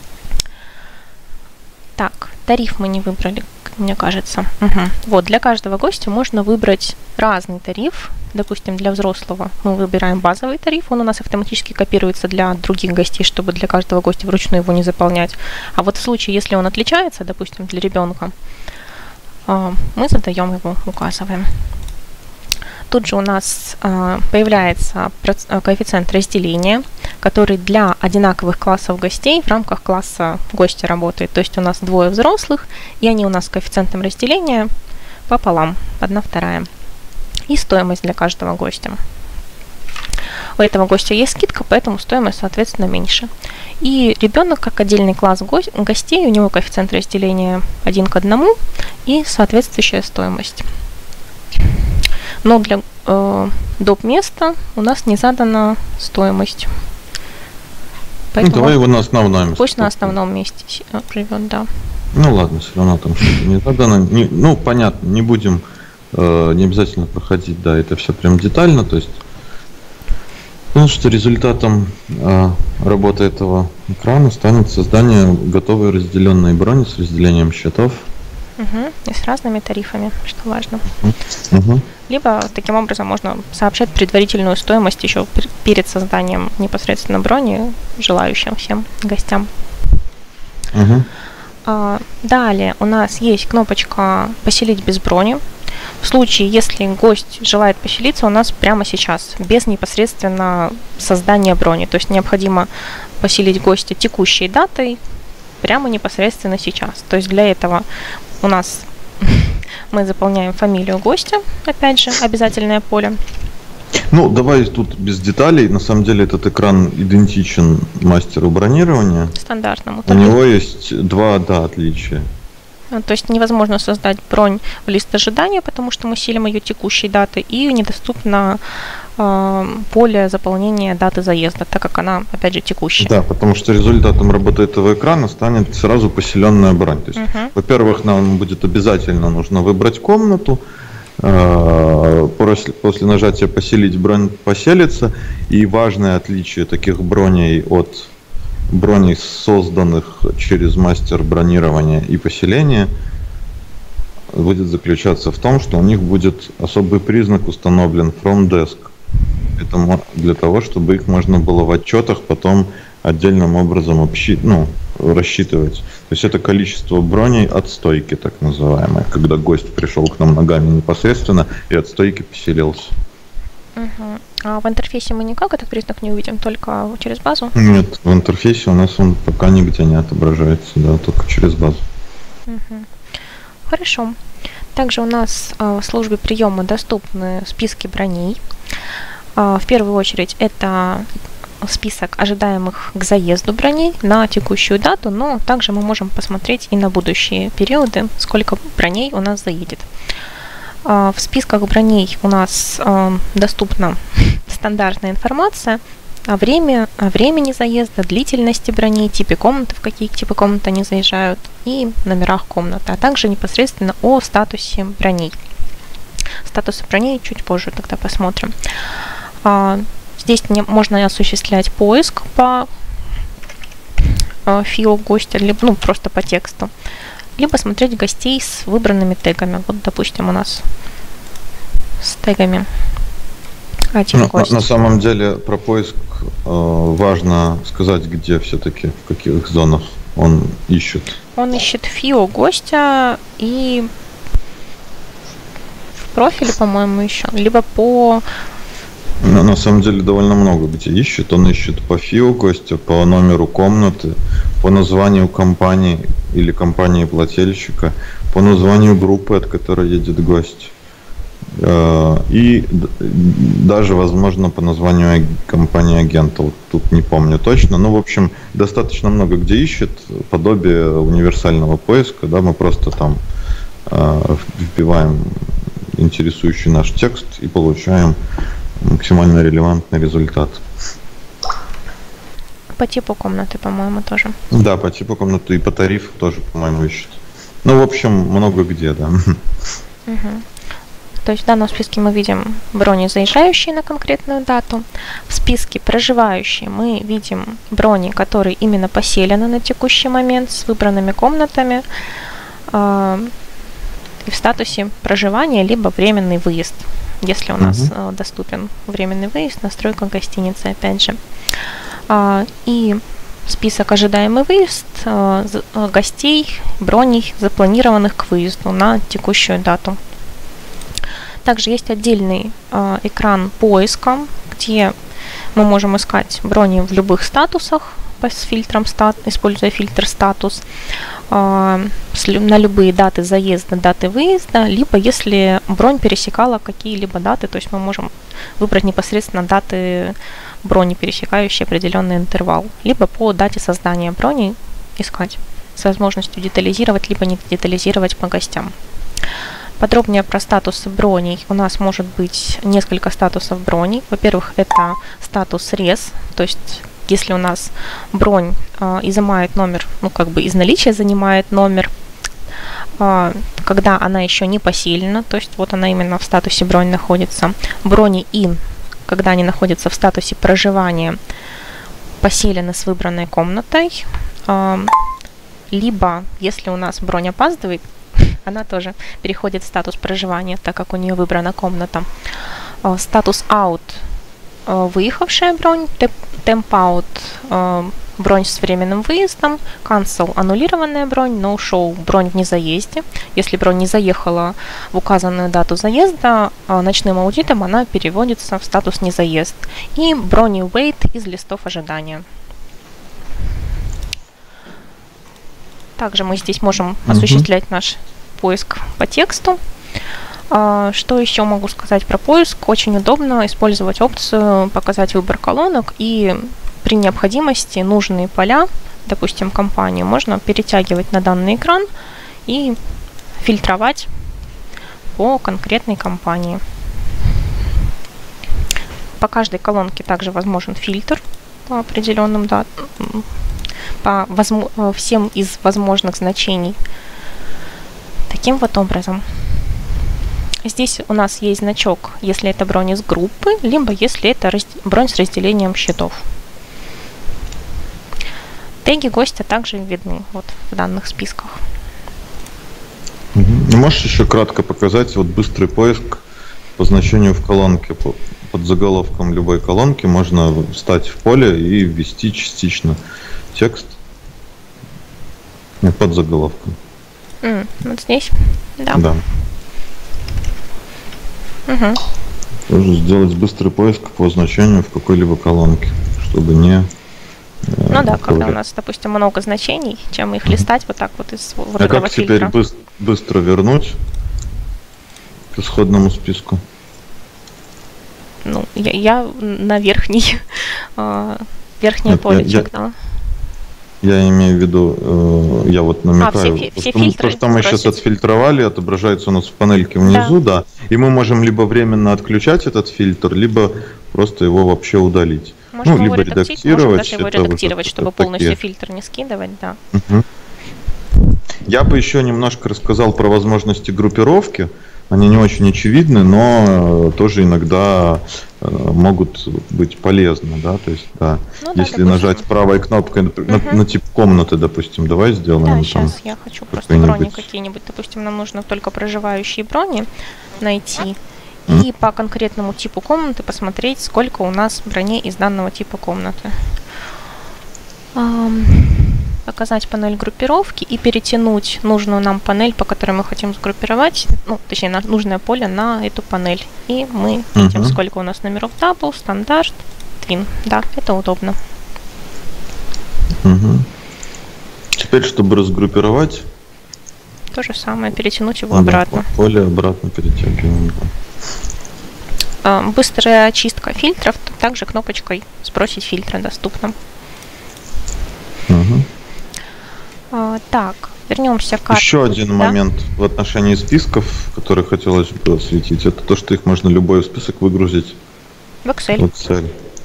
Так, тариф мы не выбрали, как мне кажется. Вот, для каждого гостя можно выбрать разный тариф. Допустим, для взрослого мы выбираем базовый тариф, он у нас автоматически копируется для других гостей, чтобы для каждого гостя вручную его не заполнять. А вот в случае, если он отличается, допустим, для ребенка, мы задаем его, указываем. Тут же у нас появляется коэффициент разделения, который для одинаковых классов гостей в рамках класса гостя работает. То есть у нас двое взрослых, и они у нас с коэффициентом разделения пополам, 1/2. И стоимость для каждого гостя. У этого гостя есть скидка, поэтому стоимость, соответственно, меньше. И ребенок, как отдельный класс гостей, у него коэффициент разделения 1:1 и соответствующая стоимость. Но для доп. Места у нас не задана стоимость. Поэтому давай его на основном месте. Пусть на основном месте живет, да. Ну ладно, все равно там что-то не задано. Ну, понятно, не будем, не обязательно проходить, да, это все прям детально, то есть, потому что результатом работы этого экрана станет создание готовой разделенной брони с разделением счетов. И с разными тарифами, что важно. Либо таким образом можно сообщать предварительную стоимость еще перед созданием непосредственно брони желающим всем гостям. Далее у нас есть кнопочка «Поселить без брони». В случае, если гость желает поселиться у нас прямо сейчас, без непосредственно создания брони. То есть необходимо поселить гостя текущей датой прямо непосредственно сейчас. То есть для этого у нас мы заполняем фамилию гостя, опять же, обязательное поле. Ну, давай тут без деталей. На самом деле этот экран идентичен мастеру бронирования. Стандартному. У него есть два, отличия. То есть невозможно создать бронь в лист ожидания, потому что мы селим ее текущей даты, и недоступно поле заполнения даты заезда, так как она, опять же, текущая. Да, потому что результатом работы этого экрана станет сразу поселенная бронь. То есть, во-первых, нам будет обязательно нужно выбрать комнату, после нажатия «Поселить» бронь поселится, и важное отличие таких броней от броней, созданных через мастер бронирования и поселения, будет заключаться в том, что у них будет особый признак установлен from desk. Это для того, чтобы их можно было в отчетах потом отдельным образом рассчитывать. То есть это количество броней от стойки, так называемое, когда гость пришел к нам ногами непосредственно и от стойки поселился. А в интерфейсе мы никак этот признак не увидим, только через базу? Нет, в интерфейсе у нас он пока нигде не отображается, да, только через базу. Хорошо. Также у нас в службе приема доступны списки броней. В первую очередь это список ожидаемых к заезду броней на текущую дату, но также мы можем посмотреть и на будущие периоды, сколько броней у нас заедет. В списках броней у нас доступна стандартная информация о времени заезда, длительности броней, типе комнаты, в какие типы комнат они заезжают, и номерах комнаты, а также непосредственно о статусе броней. Статусы броней чуть позже тогда посмотрим. Здесь можно осуществлять поиск по фио гостя, либо просто по тексту, либо смотреть гостей с выбранными тегами. Вот, допустим, у нас с тегами один гость. На самом деле про поиск важно сказать, где все-таки, в каких зонах он ищет. Он ищет фио гостя и в профиле, по-моему, еще, либо по... На самом деле довольно много где ищет. Он ищет по фио гостя, по номеру комнаты, по названию компании или компании-плательщика, по названию группы, от которой едет гость. И даже, возможно, по названию компании-агента. Вот тут не помню точно. Но, в общем, достаточно много где ищет. Подобие универсального поиска. Да, мы просто там вбиваем интересующий наш текст и получаем максимально релевантный результат. По типу комнаты, по-моему, тоже. Да, по типу комнаты и по тарифу тоже, по-моему, ищет. Ну, в общем, много где, да. Угу. То есть в данном списке мы видим брони, заезжающие на конкретную дату. В списке проживающие мы видим брони, которые именно поселены на текущий момент с выбранными комнатами. И в статусе проживания либо временный выезд, если у нас доступен временный выезд, настройка гостиницы, опять же. И список ожидаемый выезд гостей, броней, запланированных к выезду на текущую дату. Также есть отдельный экран поиска, где мы можем искать брони в любых статусах с фильтром используя фильтр статус, на любые даты заезда, даты выезда, либо если бронь пересекала какие-либо даты, то есть мы можем выбрать непосредственно даты брони, пересекающие определенный интервал, либо по дате создания брони искать с возможностью детализировать, либо не детализировать по гостям. Подробнее про статусы броней. У нас может быть несколько статусов броней. Во-первых, это статус рез, то есть если у нас бронь изымает номер, из наличия занимает номер, когда она еще не поселена, то есть вот она именно в статусе бронь находится. Брони in, когда они находятся в статусе проживания, поселены с выбранной комнатой, либо если у нас бронь опаздывает, она тоже переходит в статус проживания, так как у нее выбрана комната. Статус out, выехавшая бронь, temp out, бронь с временным выездом, cancel, аннулированная бронь, no show, бронь в незаезде. Если бронь не заехала в указанную дату заезда, ночным аудитом она переводится в статус незаезд. И брони wait из листов ожидания. Также мы здесь можем осуществлять наш поиск по тексту. Что еще могу сказать про поиск? Очень удобно использовать опцию «Показать выбор колонок», и при необходимости нужные поля, допустим, компанию, можно перетягивать на данный экран и фильтровать по конкретной компании. По каждой колонке также возможен фильтр по определенным датам, по всем из возможных значений. Таким вот образом. Здесь у нас есть значок, если это бронь из группы, либо если это бронь с разделением счетов. Теги гостя также видны вот в данных списках. Можешь еще кратко показать вот быстрый поиск по значению в колонке? Под заголовком любой колонки можно встать в поле и ввести частично текст под заголовком. Вот здесь? Да. Да. Тоже сделать быстрый поиск по значению в какой-либо колонке, чтобы не... когда у нас, допустим, много значений, чем их листать вот так вот из вот этого как фильтра. Теперь быстро вернуть к исходному списку? Я на верхний верхнее поле сигнала. Я имею в виду, я вот намекаю, все фильтры то, что мы сейчас отфильтровали, отображается у нас в панельке внизу, да, и мы можем либо временно отключать этот фильтр, либо просто его вообще удалить. Можем либо редактировать. Можем даже его редактировать, чтобы полностью фильтр не скидывать, да. Угу. Я бы еще немножко рассказал про возможности группировки. Они не очень очевидны, но тоже иногда могут быть полезны, да, то есть, да, если нажать правой кнопкой на тип комнаты, допустим, давай сделаем. Да, сейчас я хочу просто брони какие-нибудь, допустим, нам нужно только проживающие брони найти и по конкретному типу комнаты посмотреть, сколько у нас броней из данного типа комнаты. Показать панель группировки и перетянуть нужную нам панель, по которой мы хотим сгруппировать, ну, точнее, нужное поле на эту панель. И мы видим, сколько у нас номеров Double, стандарт, Twin. Да, это удобно. Теперь, чтобы разгруппировать, то же самое, перетянуть его обратно. Поле обратно перетягиваем. Быстрая очистка фильтров, также кнопочкой «Сбросить фильтры» доступна. Так, вернемся к карте. Еще один момент в отношении списков, который хотелось бы осветить, это то, что их можно любой список выгрузить в Excel.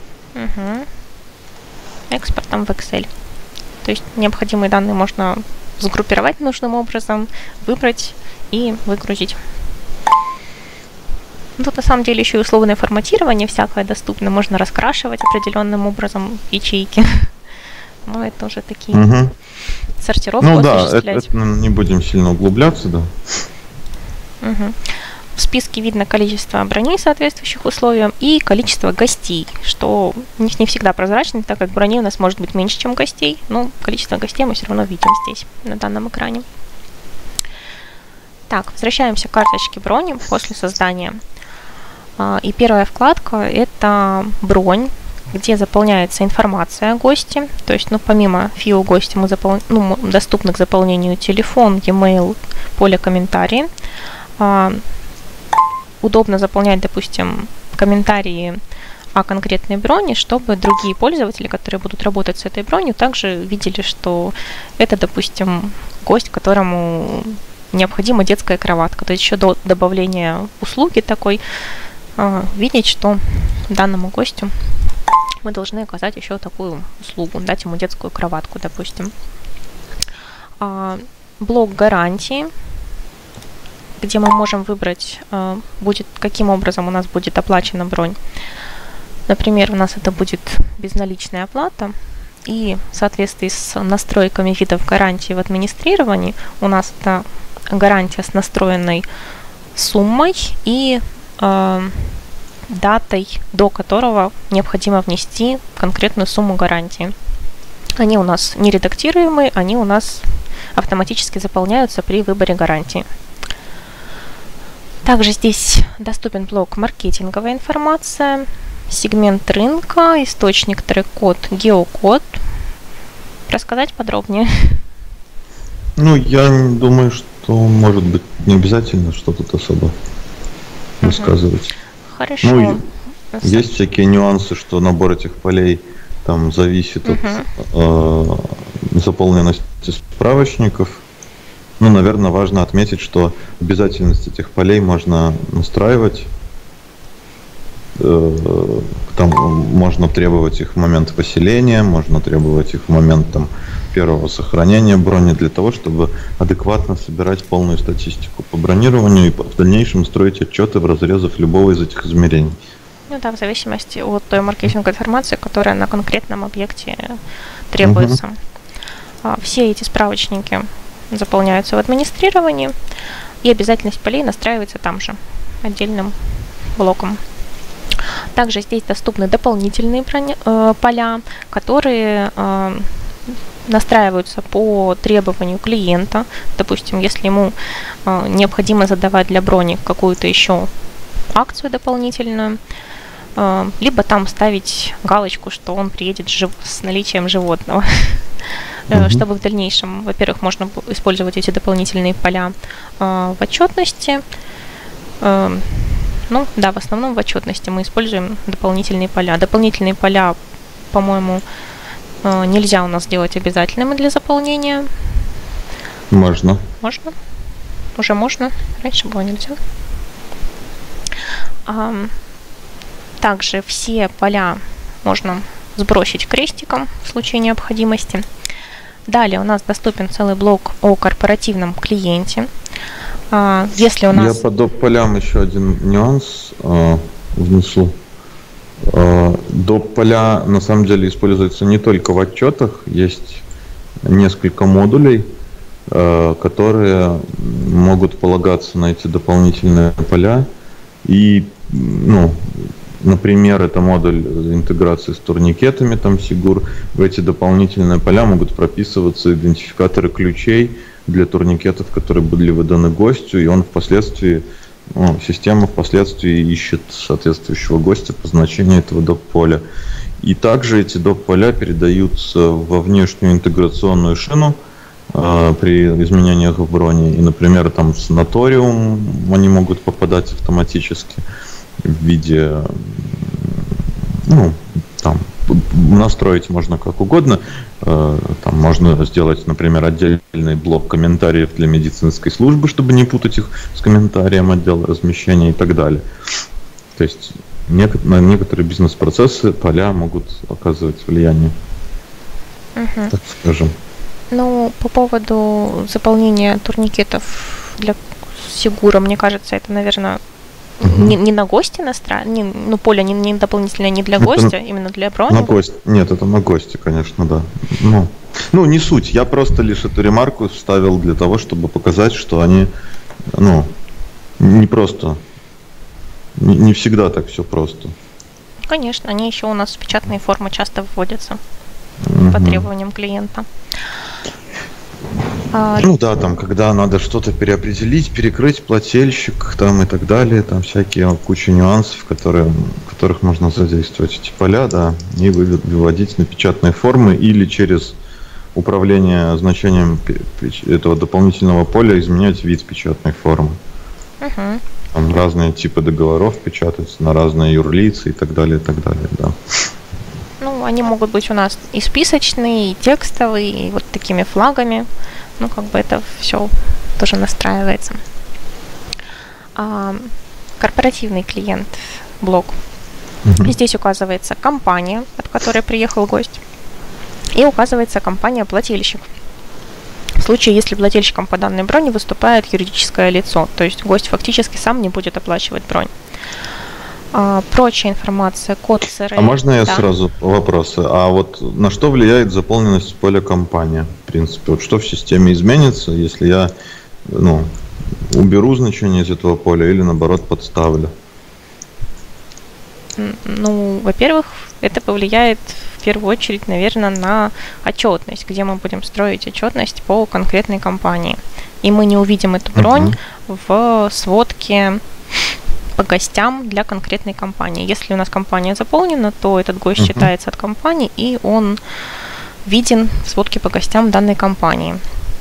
Экспортом в Excel. То есть необходимые данные можно сгруппировать нужным образом, выбрать и выгрузить. Тут на самом деле еще и условное форматирование всякое доступно. Можно раскрашивать определенным образом ячейки. Но это уже такие сортировки. Ну да, это не будем сильно углубляться, да. В списке видно количество броней, соответствующих условиям, и количество гостей, что не всегда прозрачно, так как броней у нас может быть меньше, чем гостей, но количество гостей мы все равно видим здесь, на данном экране. Так, возвращаемся к карточке брони после создания. И первая вкладка – это бронь, где заполняется информация о госте. То есть, помимо фио гостя мы доступны к заполнению телефон, e-mail, поле комментарии. Удобно заполнять, допустим, комментарии о конкретной броне, чтобы другие пользователи, которые будут работать с этой бронью, также видели, что это, допустим, гость, которому необходима детская кроватка. То есть еще до добавления услуги такой видеть, что данному гостю мы должны оказать еще такую услугу, дать ему детскую кроватку, допустим. Блок гарантии, где мы можем выбрать, каким образом у нас будет оплачена бронь. Например, у нас это будет безналичная оплата, и в соответствии с настройками видов гарантии в администрировании у нас это гарантия с настроенной суммой и датой, до которого необходимо внести конкретную сумму гарантии. Они у нас не редактируемые, они у нас автоматически заполняются при выборе гарантии. Также здесь доступен блок «Маркетинговая информация», сегмент рынка, источник, трек-код, геокод. Рассказать подробнее? Я думаю, что может быть не обязательно что-то особо рассказывать. Хорошо. Есть всякие нюансы, что набор этих полей там зависит от заполненности справочников. Наверное, важно отметить, что обязательность этих полей можно настраивать. Там можно требовать их в момент поселения, можно требовать их в момент первого сохранения брони для того, чтобы адекватно собирать полную статистику по бронированию и в дальнейшем строить отчеты в разрезах любого из этих измерений. В зависимости от той маркетинговой информации, которая на конкретном объекте требуется. Все эти справочники заполняются в администрировании, и обязательность полей настраивается там же, отдельным блоком. Также здесь доступны дополнительные поля, которые настраиваются по требованию клиента. Допустим, если ему необходимо задавать для брони какую-то еще акцию дополнительную, либо там ставить галочку, что он приедет с наличием животного. Чтобы в дальнейшем, во-первых, можно использовать эти дополнительные поля в отчетности. В основном в отчетности мы используем дополнительные поля. Дополнительные поля по-моему, нельзя у нас делать обязательными для заполнения. Можно. Можно? Уже можно. Раньше было нельзя. Также все поля можно сбросить крестиком в случае необходимости. Далее у нас доступен целый блок о корпоративном клиенте. Если у нас... Я по доп. Полям еще один нюанс внесу. Доп. Поля на самом деле используются не только в отчетах. Есть несколько модулей, которые могут полагаться на эти дополнительные поля. И, например, это модуль интеграции с турникетами, там Сигур. В эти дополнительные поля могут прописываться идентификаторы ключей для турникетов, которые были выданы гостю, и он впоследствии, система впоследствии ищет соответствующего гостя по значению этого доп-поля. И также эти доп-поля передаются во внешнюю интеграционную шину при изменениях в броне. И, например, там санаториум они могут попадать автоматически в виде, там настроить можно как угодно. Там можно сделать, например, отдельный блок комментариев для медицинской службы, чтобы не путать их с комментарием отдела размещения и так далее. То есть на некоторые бизнес-процессы поля могут оказывать влияние. Так скажем. По поводу заполнения турникетов для Сигура, мне кажется, это, наверное, не на гости настраивать, поле не дополнительное не для гостя, именно для брони. Нет, это на гости, конечно, да. Не суть. Я просто лишь эту ремарку вставил для того, чтобы показать, что они, не просто, не всегда так все просто. Конечно, они еще у нас в печатные формы часто вводятся по требованиям клиента. Там, когда надо что-то переопределить, перекрыть плательщик, там и так далее, там всякие куча нюансов, в которых можно задействовать эти поля, да, и выводить на печатные формы или через управление значением этого дополнительного поля изменять вид печатной формы. Там разные типы договоров печатаются на разные юрлицы и так далее, да. Они могут быть у нас и списочные, и текстовые, и вот такими флагами. Это все тоже настраивается. Корпоративный клиент, блок. Здесь указывается компания, от которой приехал гость, и указывается компания-плательщик. В случае, если плательщиком по данной броне выступает юридическое лицо, то есть гость фактически сам не будет оплачивать бронь. Прочая информация, код СРЛ. Можно я сразу вопросы? А вот на что влияет заполненность поля компания? В принципе, вот что в системе изменится, если я уберу значение из этого поля или наоборот подставлю? Во-первых, это повлияет в первую очередь, наверное, на отчетность, где мы будем строить отчетность по конкретной компании. И мы не увидим эту бронь в сводке по гостям для конкретной компании. Если у нас компания заполнена, то этот гость считается от компании, и он виден в сводке по гостям данной компании.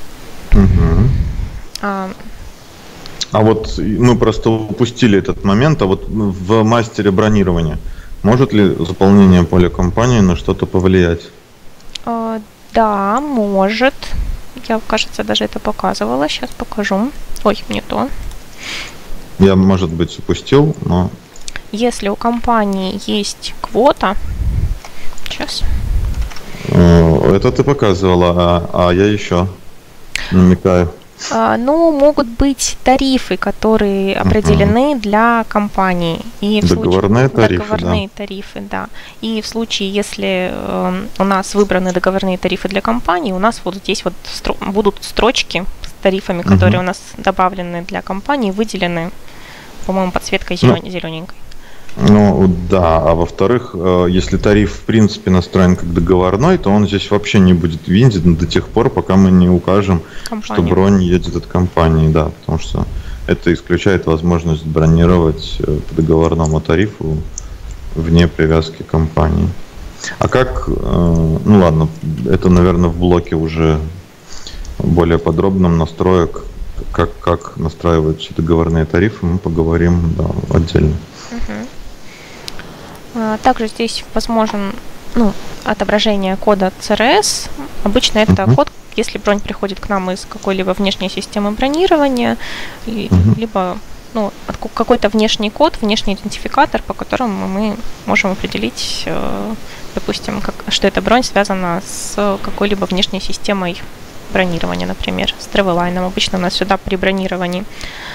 Вот мы просто упустили этот момент, а вот в мастере бронирования может ли заполнение поля компании на что-то повлиять? Да, может. Я, кажется, даже это показывала. Сейчас покажу. Ой, не то. Я, может быть, упустил, но... Если у компании есть квота... Сейчас. Это ты показывала, а я еще намекаю. Могут быть тарифы, которые определены для компании. И договорные тарифы, договорные тарифы, да. И в случае, если у нас выбраны договорные тарифы для компании, у нас вот здесь вот будут строчки с тарифами, которые у нас добавлены для компании, выделены, по-моему, подсветкой зелененькой. Да, а во-вторых, если тариф в принципе настроен как договорной, то он здесь вообще не будет виден до тех пор, пока мы не укажем, что бронь едет от компании, да, потому что это исключает возможность бронировать по договорному тарифу вне привязки компании. А как, ладно, это, наверное, в блоке уже более подробном настроек, как настраиваются договорные тарифы, мы поговорим, да, отдельно. Также здесь возможен отображение кода CRS. Обычно это код, если бронь приходит к нам из какой-либо внешней системы бронирования, либо какой-то внешний код, внешний идентификатор, по которому мы можем определить, допустим, что эта бронь связана с какой-либо внешней системой бронирования, например, с Travelline. Обычно у нас сюда при бронировании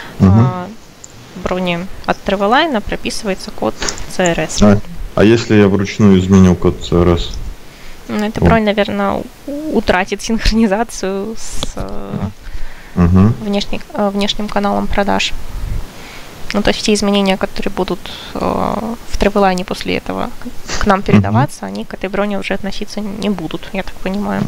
брони от Travelline прописывается код CRS. А если я вручную изменю код CRS? Эта бронь, наверное, утратит синхронизацию с внешним каналом продаж. То есть все изменения, которые будут в Travelline после этого к нам передаваться, они к этой броне уже относиться не будут, я так понимаю.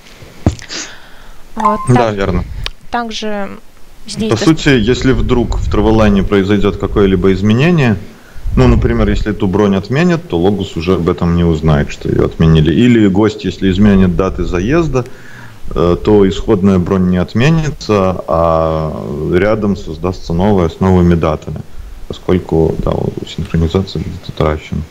Да, верно. Также здесь... По сути, если вдруг в Travelline произойдет какое-либо изменение, например, если эту бронь отменят, то Логус уже об этом не узнает, что ее отменили. Или гость, если изменит даты заезда, то исходная бронь не отменится, а рядом создастся новая с новыми датами, поскольку синхронизация будет утрачена.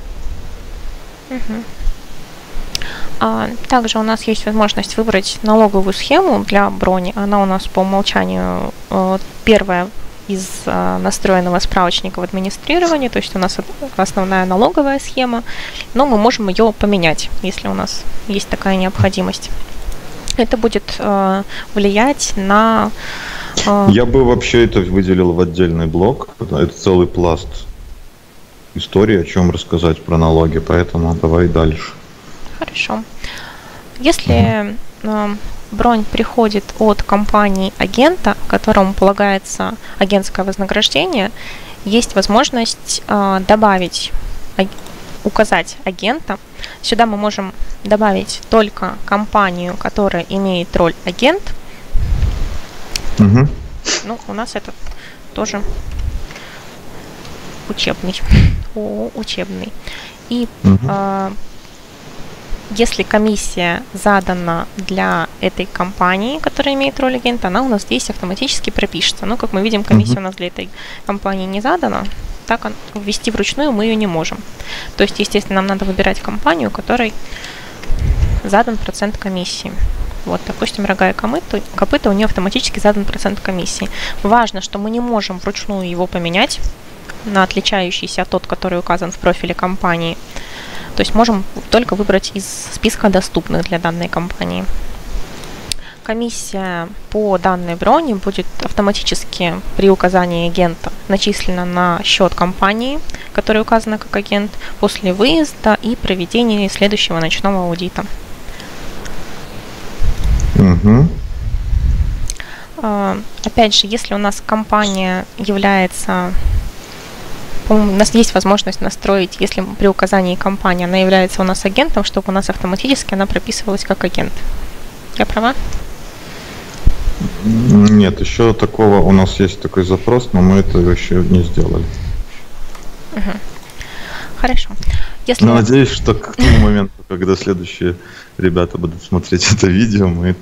Также у нас есть возможность выбрать налоговую схему для брони. Она у нас по умолчанию первая из настроенного справочника в администрировании, то есть у нас основная налоговая схема, но мы можем ее поменять, если у нас есть такая необходимость. Это будет влиять на... Я бы вообще это выделил в отдельный блок. Это целый пласт истории, о чем рассказать про налоги, поэтому давай дальше. Хорошо. Если бронь приходит от компании-агента, которому полагается агентское вознаграждение, есть возможность указать агента. Сюда мы можем добавить только компанию, которая имеет роль агент. У нас это тоже учебный. И если комиссия задана для этой компании, которая имеет роль агента, она у нас здесь автоматически пропишется. Но, как мы видим, комиссия у нас для этой компании не задана. Так ввести вручную мы ее не можем. То есть, естественно, нам надо выбирать компанию, которой задан процент комиссии. Вот, допустим, Рога и Копыта, у нее автоматически задан процент комиссии. Важно, что мы не можем вручную его поменять на отличающийся от тот, который указан в профиле компании. То есть можем только выбрать из списка доступных для данной компании. Комиссия по данной броне будет автоматически при указании агента начислена на счет компании, которая указана как агент, после выезда и проведения следующего ночного аудита. Опять же, если у нас компания является... У нас есть возможность настроить, если при указании компании она является у нас агентом, чтобы у нас автоматически она прописывалась как агент. Я права? Нет, еще такого, у нас есть такой запрос, но мы этого еще не сделали. Хорошо. Надеюсь, что к тому моменту, когда следующие ребята будут смотреть это видео, мы...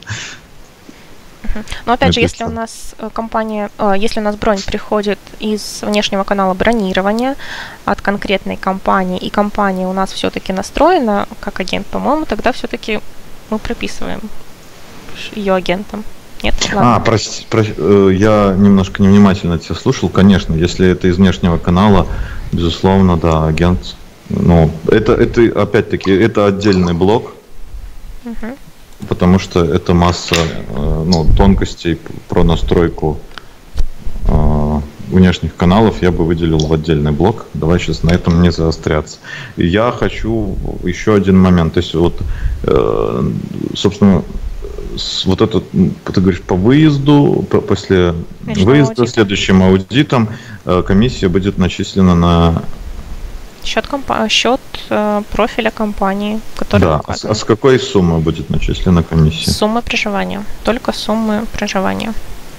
Но опять же, если у нас если у нас бронь приходит из внешнего канала бронирования от конкретной компании, и компания у нас все-таки настроена как агент, по-моему, тогда все-таки мы прописываем ее агентом. Нет? Прости, я немножко невнимательно тебя слушал. Конечно, если это из внешнего канала, безусловно, да, агент. Это опять-таки, это отдельный блок. Потому что это масса тонкостей про настройку внешних каналов я бы выделил в отдельный блок. Давай сейчас на этом не заостряться. И я хочу еще один момент. То есть собственно, вот это, ты говоришь, по выезду, после выезда, следующим аудитом комиссия будет начислена на... Счет профиля компании, который указан. А с какой суммы будет начислена комиссия? Суммы проживания. Только суммы проживания.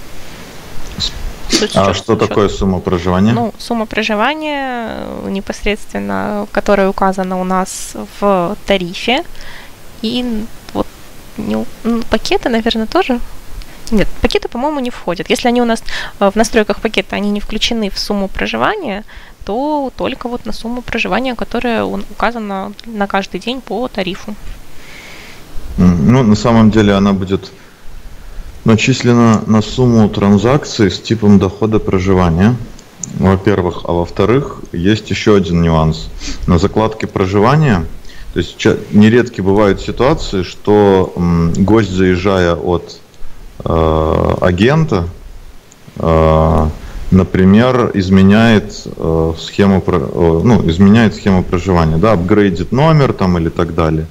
Что такое сумма проживания? Сумма проживания непосредственно, которая указана у нас в тарифе. И вот пакеты, наверное, тоже. Нет, пакеты, по-моему, не входят. Если они у нас в настройках пакета, они не включены в сумму проживания, то только вот на сумму проживания, которая указана на каждый день по тарифу. Ну, на самом деле она будет начислена на сумму транзакций с типом дохода проживания, во-первых. А во-вторых, есть еще один нюанс. На закладке проживания, то есть нередки бывают ситуации, что гость, заезжая от агента, например, изменяет схему проживания, да, апгрейдит номер там или так далее.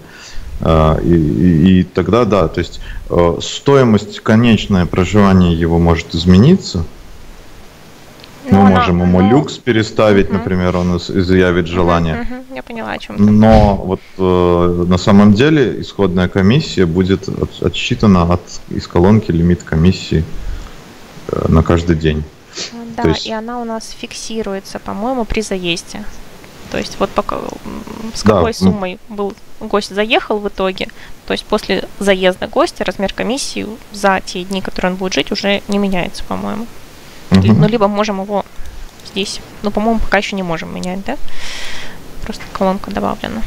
И тогда, да, то есть стоимость конечное проживания его может измениться. Мы можем ему люкс переставить, например, он изъявит желание. Я поняла, о чем ты. Но вот на самом деле исходная комиссия будет отсчитана из колонки лимит комиссии на каждый день. Да, и она у нас фиксируется, по-моему, при заезде. То есть вот пока, с какой суммой был гость заехал в итоге, то есть после заезда гостя размер комиссии за те дни, которые он будет жить, уже не меняется, по-моему. Ну, либо можем его здесь, ну, по-моему, пока еще не можем менять, да? Просто колонка добавлена.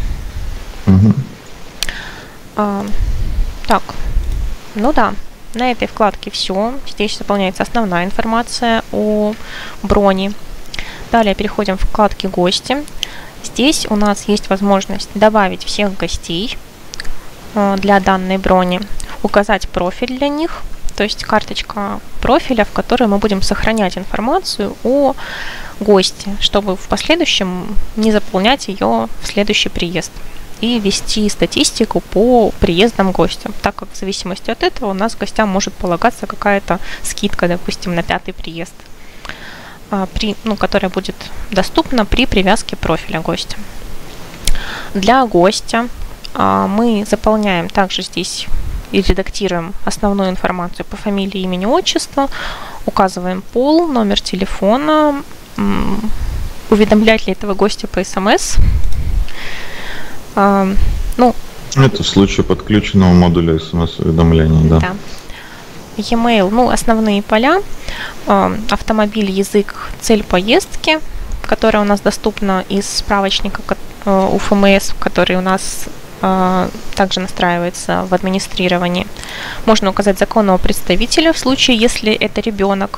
Так, ну да, на этой вкладке все. Здесь заполняется основная информация о броне. Далее переходим в вкладки «Гости». Здесь у нас есть возможность добавить всех гостей для данной брони, указать профиль для них, то есть карточка профиля, в которой мы будем сохранять информацию о госте, чтобы в последующем не заполнять ее в следующий приезд, и вести статистику по приездам гостя, так как в зависимости от этого у нас гостям может полагаться какая-то скидка, допустим, на 5-й приезд, которая будет доступна при привязке профиля гостя. Для гостя мы заполняем также здесь и редактируем основную информацию по фамилии, имени, отчеству, указываем пол, номер телефона, уведомлять ли этого гостя по СМС. Это в случае подключенного модуля СМС-уведомлений, да. E-mail, основные поля, автомобиль, язык, цель поездки, которая у нас доступна из справочника УФМС, который у нас также настраивается в администрировании. Можно указать законного представителя в случае, если это ребенок,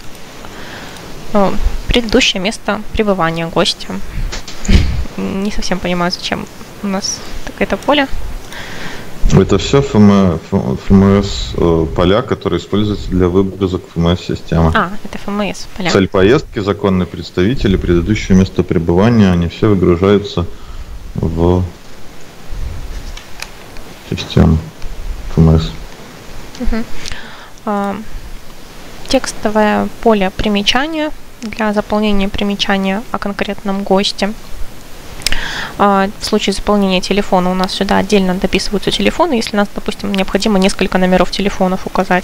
предыдущее место пребывания гостя. Не совсем понимаю, зачем у нас это поле. Это все ФМС поля, которые используются для выгрузок ФМС-системы. Это ФМС поля. Цель поездки, законный представитель и предыдущее место пребывания, они все выгружаются в систему ФМС. Текстовое поле примечания для заполнения примечания о конкретном госте. В случае заполнения телефона у нас сюда отдельно дописываются телефоны, если нас, допустим, необходимо несколько номеров телефонов указать.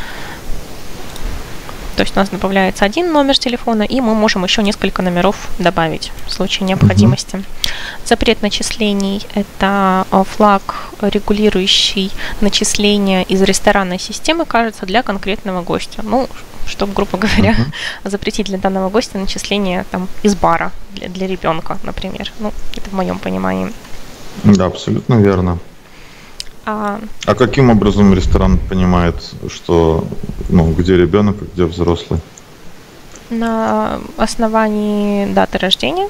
То есть у нас добавляется один номер телефона, и мы можем еще несколько номеров добавить в случае необходимости. Запрет начислений – это флаг, регулирующий начисления из ресторанной системы, кажется, для конкретного гостя. Чтобы, грубо говоря, запретить для данного гостя начисление из бара для ребенка, например. Это в моем понимании. Да, абсолютно верно. А каким образом ресторан понимает, что где ребенок, а где взрослый? На основании даты рождения?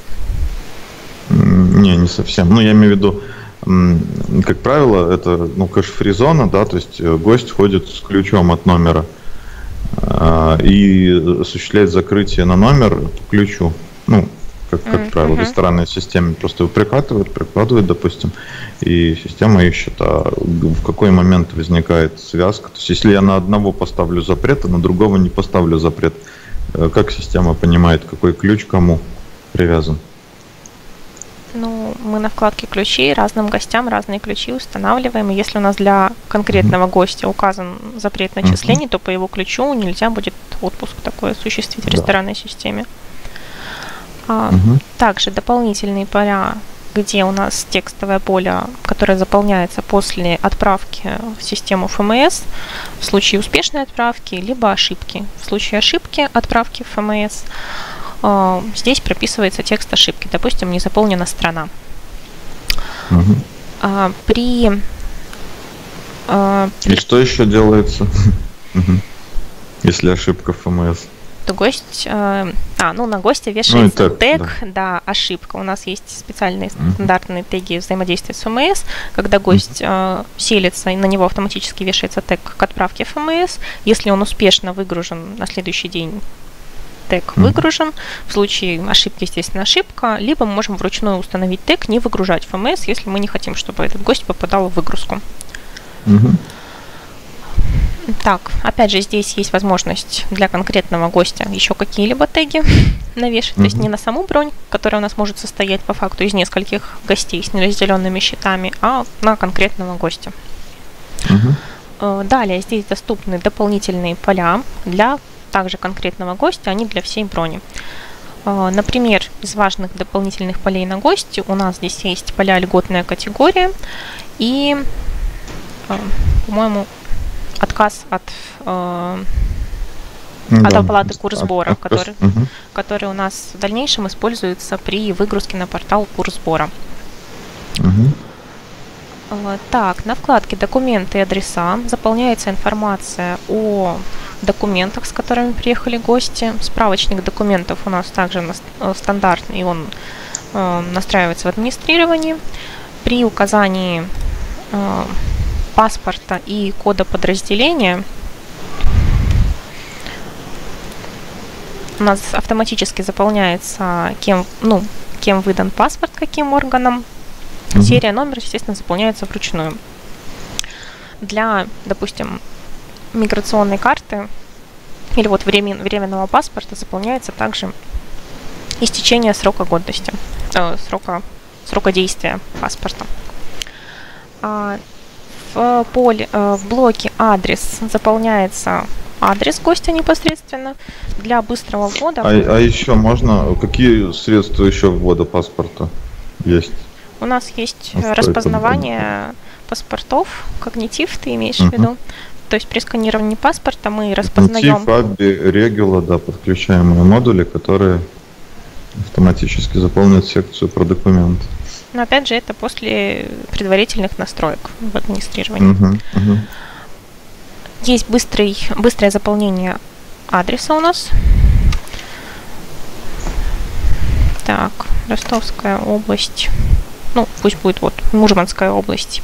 Не совсем. Я имею в виду, как правило, это кэш-фри зона, да, то есть гость ходит с ключом от номера и осуществляет закрытие на номер по ключу. Как правило, в ресторанной системе просто его прикладывают, допустим, и система ищет, в какой момент возникает связка. То есть, если я на одного поставлю запрет, а на другого не поставлю запрет, как система понимает, какой ключ кому привязан? Мы на вкладке «Ключи» разным гостям разные ключи устанавливаем. И если у нас для конкретного гостя указан запрет начислений, то по его ключу нельзя будет отпуск такой осуществить в ресторанной системе. Также дополнительные поля, где у нас текстовое поле, которое заполняется после отправки в систему ФМС в случае успешной отправки, либо ошибки. В случае ошибки отправки в ФМС здесь прописывается текст ошибки. Допустим, не заполнена страна. И что еще делается, если ошибка в ФМС? То гость, на гостя вешается тег, да, ошибка. У нас есть специальные стандартные теги взаимодействия с ФМС. Когда гость селится, и на него автоматически вешается тег к отправке ФМС. Если он успешно выгружен на следующий день, тег выгружен. В случае ошибки, естественно, ошибка. Либо мы можем вручную установить тег «не выгружать ФМС», если мы не хотим, чтобы этот гость попадал в выгрузку. Так, опять же, здесь есть возможность для конкретного гостя еще какие-либо теги навешать. То есть не на саму бронь, которая у нас может состоять по факту из нескольких гостей с неразделенными счетами, а на конкретного гостя. Далее здесь доступны дополнительные поля для также конкретного гостя, а не для всей брони. Например, из важных дополнительных полей на гости у нас здесь есть поля льготная категория и, по-моему, отказ от оплаты курсбора, который у нас в дальнейшем используется при выгрузке на портал курсбора. Так, на вкладке «Документы и адреса» заполняется информация о документах, с которыми приехали гости. Справочник документов у нас также стандартный, и он настраивается в администрировании. При указании паспорта и кода подразделения у нас автоматически заполняется, кем выдан паспорт, каким органом. Серия, номер, естественно, заполняется вручную. Для, допустим, миграционной карты или вот временного паспорта заполняется также истечение срока годности, срока действия паспорта. В блоке «Адрес» заполняется адрес гостя непосредственно для быстрого ввода. А еще можно, какие средства еще ввода паспорта есть? У нас есть распознавание паспортов, когнитив, ты имеешь в виду? То есть при сканировании паспорта мы распознаем... Когнитив, ABBI, Regula, да, подключаемые модули, которые автоматически заполняют секцию про документ. Но опять же, это после предварительных настроек в администрировании. Есть быстрое заполнение адреса у нас. Так, Ростовская область. Ну, пусть будет вот Мурманская область.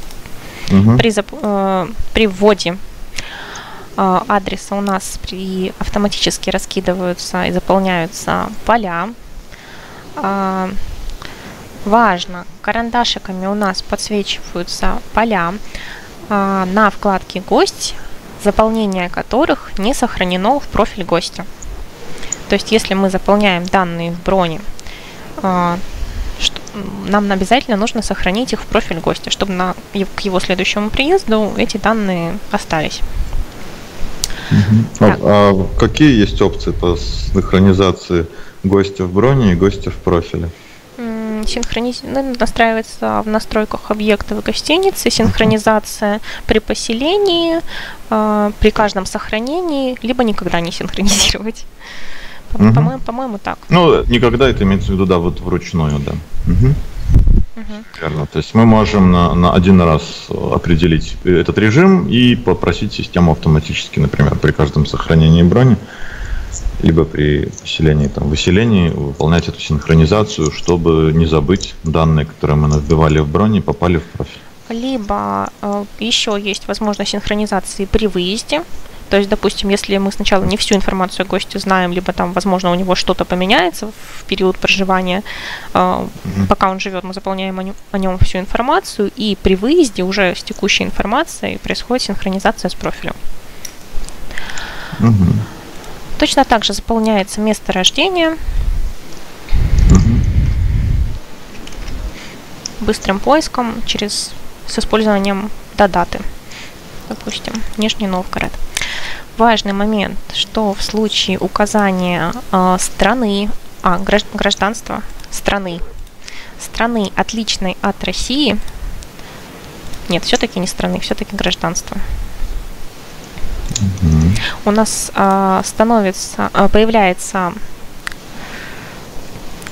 При вводе адреса у нас автоматически раскидываются и заполняются поля. Важно, карандашиками у нас подсвечиваются поля на вкладке «Гость», заполнение которых не сохранено в профиль гостя. То есть, если мы заполняем данные в броне, нам обязательно нужно сохранить их в профиль гостя, чтобы к его следующему приезду эти данные остались. А какие есть опции по синхронизации гостя в броне и гостя в профиле? Настраивается в настройках объектов гостиницы, синхронизация при поселении, при каждом сохранении, либо никогда не синхронизировать. По-моему, так. Ну, никогда это имеется в виду, да, вот вручную, да. Верно. То есть мы можем на один раз определить этот режим и попросить систему автоматически, например, при каждом сохранении брони, либо при поселении, выселении выполнять эту синхронизацию, чтобы не забыть данные, которые мы вбивали в броне, попали в профиль. Либо еще есть возможность синхронизации при выезде. То есть, допустим, если мы сначала не всю информацию о госте знаем, либо там, возможно, у него что-то поменяется в период проживания, пока он живет, мы заполняем о нем всю информацию, и при выезде уже с текущей информацией происходит синхронизация с профилем. Точно так же заполняется место рождения быстрым поиском с использованием даты. Допустим, Нижний Новгород. Важный момент, что в случае указания гражданства страны, отличной от России, нет, все-таки не страны, все-таки гражданство, у нас появляется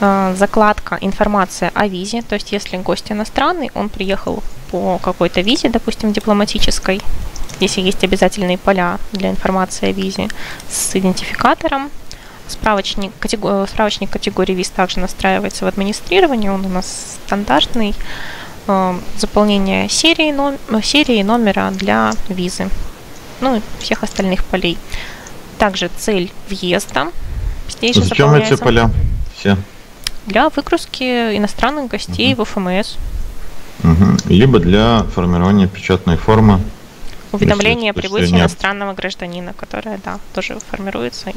закладка «Информация о визе», то есть если гость иностранный, он приехал по какой-то визе, допустим, дипломатической, если есть обязательные поля для информации о визе с идентификатором. Справочник категории виз также настраивается в администрировании, он у нас стандартный. Заполнение серии и номера для визы, ну и всех остальных полей. Также цель въезда. Здесь же зачем эти поля все? Для выгрузки иностранных гостей в ФМС. Либо для формирования печатной формы. Уведомление о прибытии иностранного гражданина, которое, да, тоже формируется,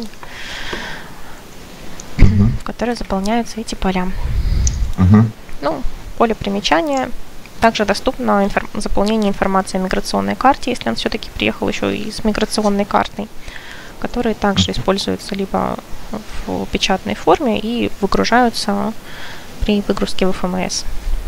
в которое заполняются эти поля. Ну, поле примечания. Также доступно заполнение информации о миграционной карте, если он все-таки приехал еще и с миграционной картой, которые также используются либо в печатной форме и выгружаются при выгрузке в ФМС.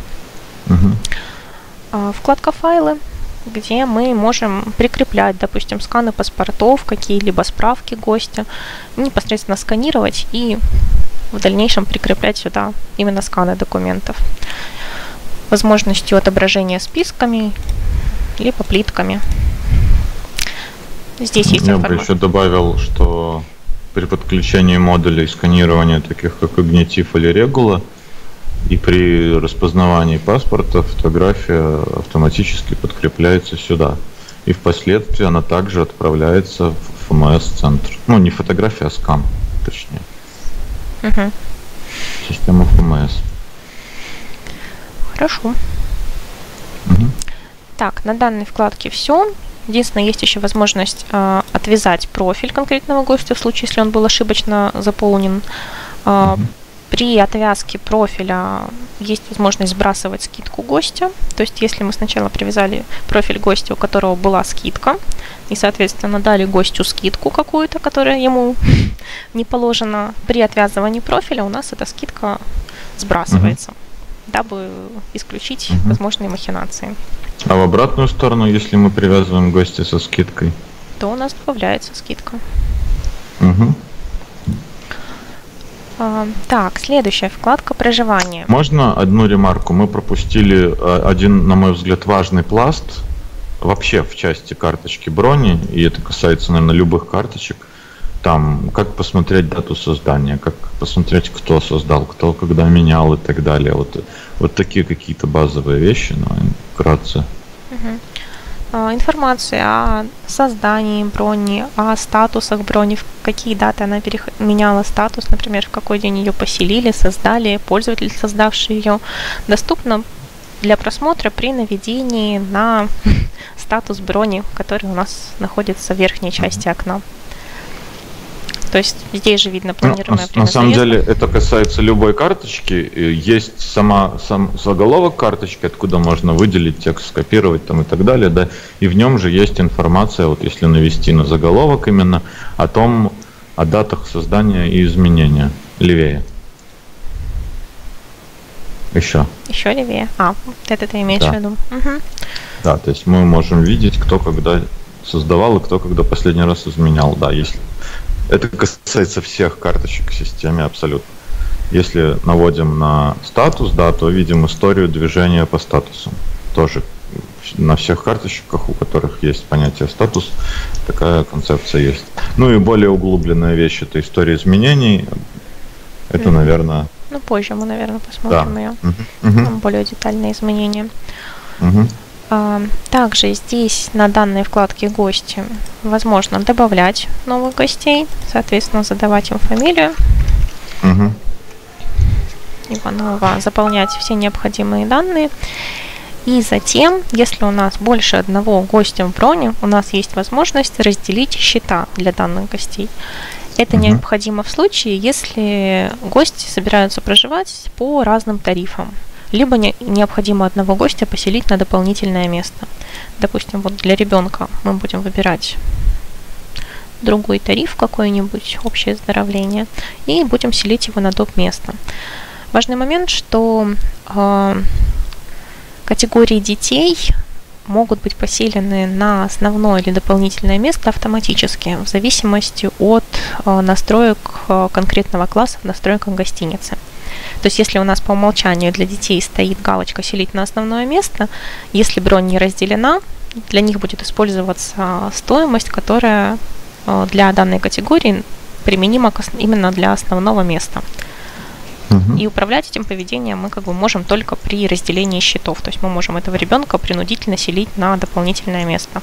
Вкладка «Файлы», где мы можем прикреплять, допустим, сканы паспортов, какие-либо справки гостя, непосредственно сканировать и в дальнейшем прикреплять сюда именно сканы документов. Возможностью отображения списками либо плитками. Здесь есть информация. Я бы еще добавил, что при подключении модулей сканирования, таких как Ignitive или Regula, и при распознавании паспорта фотография автоматически подкрепляется сюда. И впоследствии она также отправляется в ФМС-центр. Ну, не фотография, а скан, точнее. Система ФМС. Хорошо. Так, на данной вкладке все. Единственное, есть еще возможность отвязать профиль конкретного гостя в случае, если он был ошибочно заполнен. При отвязке профиля есть возможность сбрасывать скидку гостя. То есть, если мы сначала привязали профиль гостя, у которого была скидка, и, соответственно, дали гостю скидку какую-то, которая ему не положена, при отвязывании профиля у нас эта скидка сбрасывается, дабы исключить возможные махинации. А в обратную сторону, если мы привязываем гостя со скидкой? То у нас добавляется скидка. Так, следующая вкладка «Проживание». Можно одну ремарку? Мы пропустили один, на мой взгляд, важный пласт вообще в части карточки брони, и это касается, наверное, любых карточек. Там, как посмотреть дату создания, как посмотреть, кто создал, кто когда менял и так далее. Вот такие какие-то базовые вещи, но вкратце. Информация о создании брони, о статусах брони, в какие даты она меняла статус, например, в какой день ее поселили, создали, пользователь, создавший ее, доступна для просмотра при наведении на статус брони, который у нас находится в верхней части окна. То есть здесь же видно планируемое время. На самом деле это касается любой карточки. Есть сам заголовок карточки, откуда можно выделить текст, скопировать там и так далее, да. И в нем же есть информация, вот если навести на заголовок именно, о датах создания и изменения. Левее. Еще левее. Это ты имеешь в виду. Да, то есть мы можем видеть, кто когда создавал и кто когда последний раз изменял. Да, если это касается всех карточек в системе абсолютно. Если наводим на статус, да, то видим историю движения по статусу. Тоже на всех карточках, у которых есть понятие статус, такая концепция есть. Ну и более углубленная вещь — это история изменений. Это, наверное... Ну, позже мы, наверное, посмотрим ее. Там более детальные изменения. Также здесь на данной вкладке «Гости» возможно добавлять новых гостей, соответственно, задавать им фамилию, Иванова, заполнять все необходимые данные. И затем, если у нас больше одного гостя в броне, у нас есть возможность разделить счета для данных гостей. Это необходимо в случае, если гости собираются проживать по разным тарифам. Либо необходимо одного гостя поселить на дополнительное место. Допустим, вот для ребенка мы будем выбирать другой тариф какой-нибудь, общее оздоровление, и будем селить его на доп. Место. Важный момент, что категории детей могут быть поселены на основное или дополнительное место автоматически, в зависимости от настроек конкретного класса в настройках гостиницы. То есть если у нас по умолчанию для детей стоит галочка «селить на основное место», если бронь не разделена, для них будет использоваться стоимость, которая для данной категории применима именно для основного места. И управлять этим поведением мы как бы можем только при разделении счетов. То есть мы можем этого ребенка принудительно селить на дополнительное место.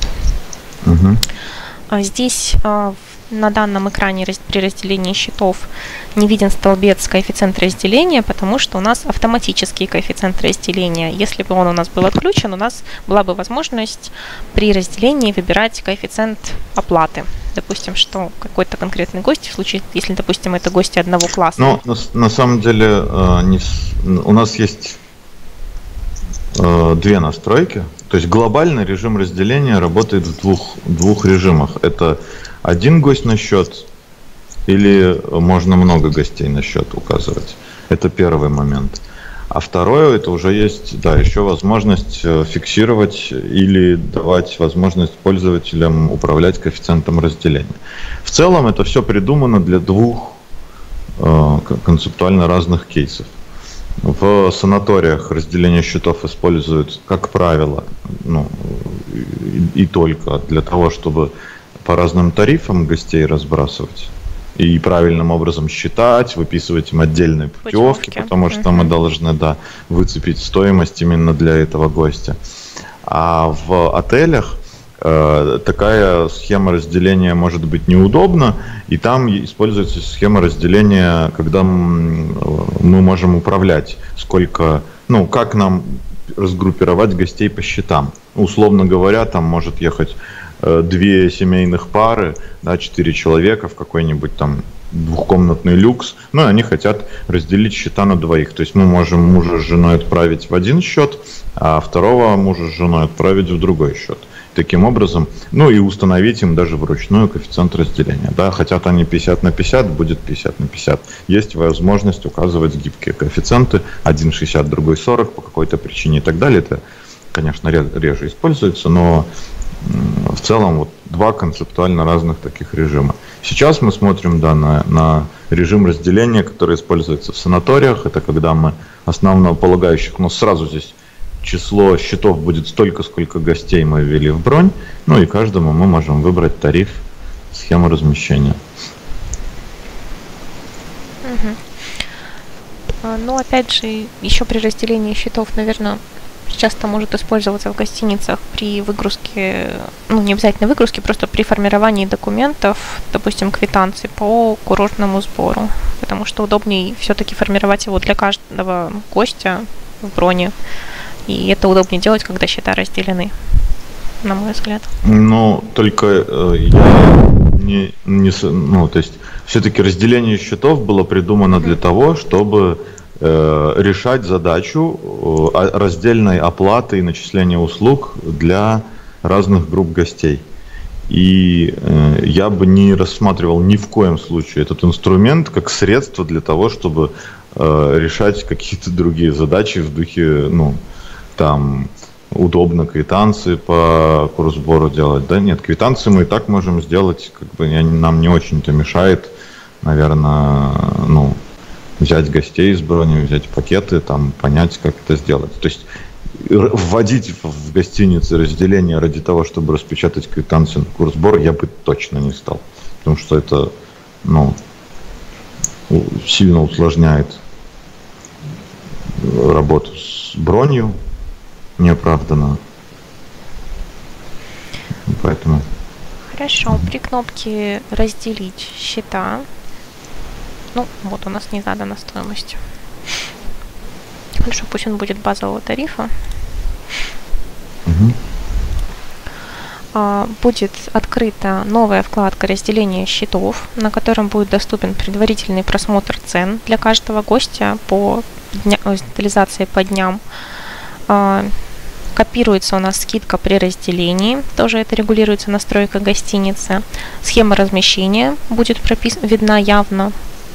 Здесь на данном экране при разделении счетов не виден столбец коэффициент разделения, потому что у нас автоматический коэффициент разделения. Если бы он у нас был отключен, у нас была бы возможность при разделении выбирать коэффициент оплаты. Допустим, что какой-то конкретный гость, в случае, если, допустим, это гости одного класса. Но на самом деле у нас есть две настройки. То есть глобальный режим разделения работает в двух режимах. Это один гость на счет или можно много гостей на счет указывать. Это первый момент. А второе, это уже есть, да, еще возможность фиксировать или давать возможность пользователям управлять коэффициентом разделения. В целом это все придумано для двух концептуально разных кейсов. В санаториях разделение счетов используют, как правило, и только для того, чтобы по разным тарифам гостей разбрасывать и правильным образом считать, выписывать им отдельные путевки, потому что мы должны, да, выцепить стоимость именно для этого гостя. А в отелях такая схема разделения может быть неудобна, и там используется схема разделения, когда мы можем управлять, сколько, как нам разгруппировать гостей по счетам. Условно говоря, там может ехать 2 семейных пары, да, 4 человека в какой-нибудь там двухкомнатный люкс, и они хотят разделить счета на двоих. То есть мы можем мужа с женой отправить в один счет, а второго мужа с женой отправить в другой счет. Таким образом, и установить им даже вручную коэффициент разделения. Да, хотят они 50 на 50, будет 50 на 50. Есть возможность указывать гибкие коэффициенты, один 60, другой 40 по какой-то причине и так далее. Это, конечно, реже используется, но в целом два концептуально разных таких режима. Сейчас мы смотрим, да, на режим разделения, который используется в санаториях. Это когда мы основополагающих, сразу здесь число счетов будет столько, сколько гостей мы ввели в бронь, и каждому мы можем выбрать тариф, схему размещения. Но опять же, еще при разделении счетов, наверное, часто может использоваться в гостиницах при выгрузке, не обязательно выгрузке, просто при формировании документов, допустим, квитанций по курортному сбору, потому что удобнее все-таки формировать его для каждого гостя в броне, и это удобнее делать, когда счета разделены, на мой взгляд. Только я то есть все-таки разделение счетов было придумано для того, чтобы решать задачу раздельной оплаты и начисления услуг для разных групп гостей. И я бы не рассматривал ни в коем случае этот инструмент как средство для того, чтобы решать какие-то другие задачи в духе, там удобно квитанции по курсбору делать. Да нет, квитанции мы и так можем сделать, нам не очень-то мешает, наверное, взять гостей из брони, взять пакеты, понять, как это сделать. То есть вводить в гостинице разделение ради того, чтобы распечатать квитанцию на курсбор, я бы точно не стал. Потому что это, сильно усложняет работу с бронью неоправданно. Поэтому. Хорошо, при кнопке «Разделить счета», у нас не задана стоимость. Хорошо, пусть он будет базового тарифа. Будет открыта новая вкладка разделения счетов, на котором будет доступен предварительный просмотр цен для каждого гостя по детализации по дням. Копируется у нас скидка при разделении, тоже это регулируется настройка гостиницы. Схема размещения будет видна явно.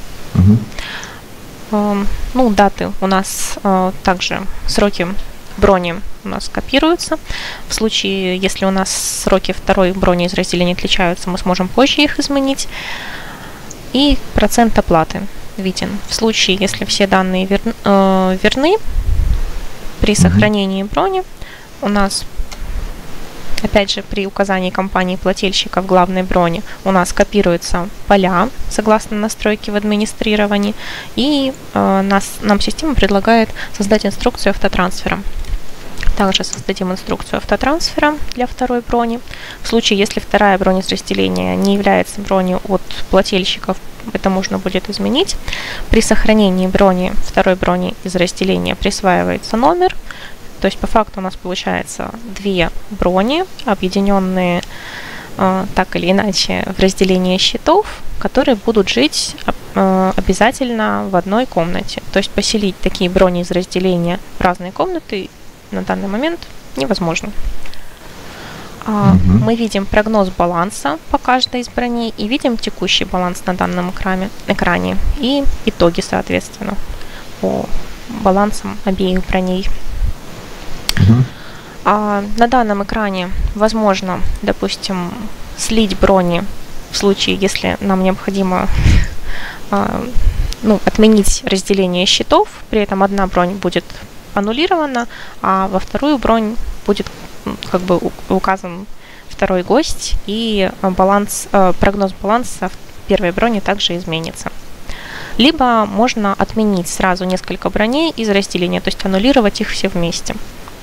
Даты у нас также, сроки брони у нас копируются. В случае, если у нас сроки второй брони из разделения отличаются, мы сможем позже их изменить. И процент оплаты. виден в случае, если все данные верны. При сохранении брони у нас, опять же, при указании компании-плательщика в главной броне у нас копируются поля согласно настройке в администрировании, и нам система предлагает создать инструкцию автотрансфера. Также создадим инструкцию автотрансфера для второй брони. В случае, если вторая бронь из разделения не является броней от плательщиков, это можно будет изменить. При сохранении второй брони из разделения присваивается номер. То есть по факту у нас получается две брони, объединенные так или иначе в разделение счетов, которые будут жить обязательно в одной комнате. То есть поселить такие брони из разделения в разные комнаты на данный момент невозможно. Мы видим прогноз баланса по каждой из броней и видим текущий баланс на данном экране и итоги, соответственно, по балансам обеих броней. На данном экране возможно, допустим, слить брони в случае, если нам необходимо отменить разделение счетов, при этом одна бронь будет аннулирована, а во вторую бронь будет как бы указан второй гость, и прогноз баланса в первой броне также изменится. Либо можно отменить сразу несколько броней из разделения, то есть аннулировать их все вместе.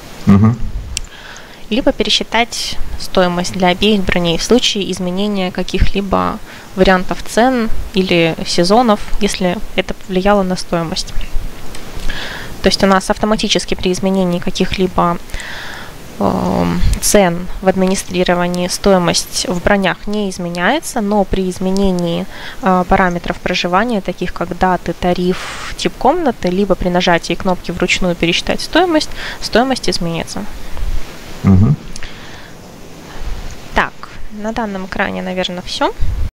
Либо пересчитать стоимость для обеих броней в случае изменения каких-либо вариантов цен или сезонов, если это повлияло на стоимость. То есть у нас автоматически при изменении каких-либо цен в администрировании стоимость в бронях не изменяется, но при изменении параметров проживания, таких как даты, тариф, тип комнаты, либо при нажатии кнопки вручную пересчитать стоимость изменится. Так, на данном экране, наверное, все.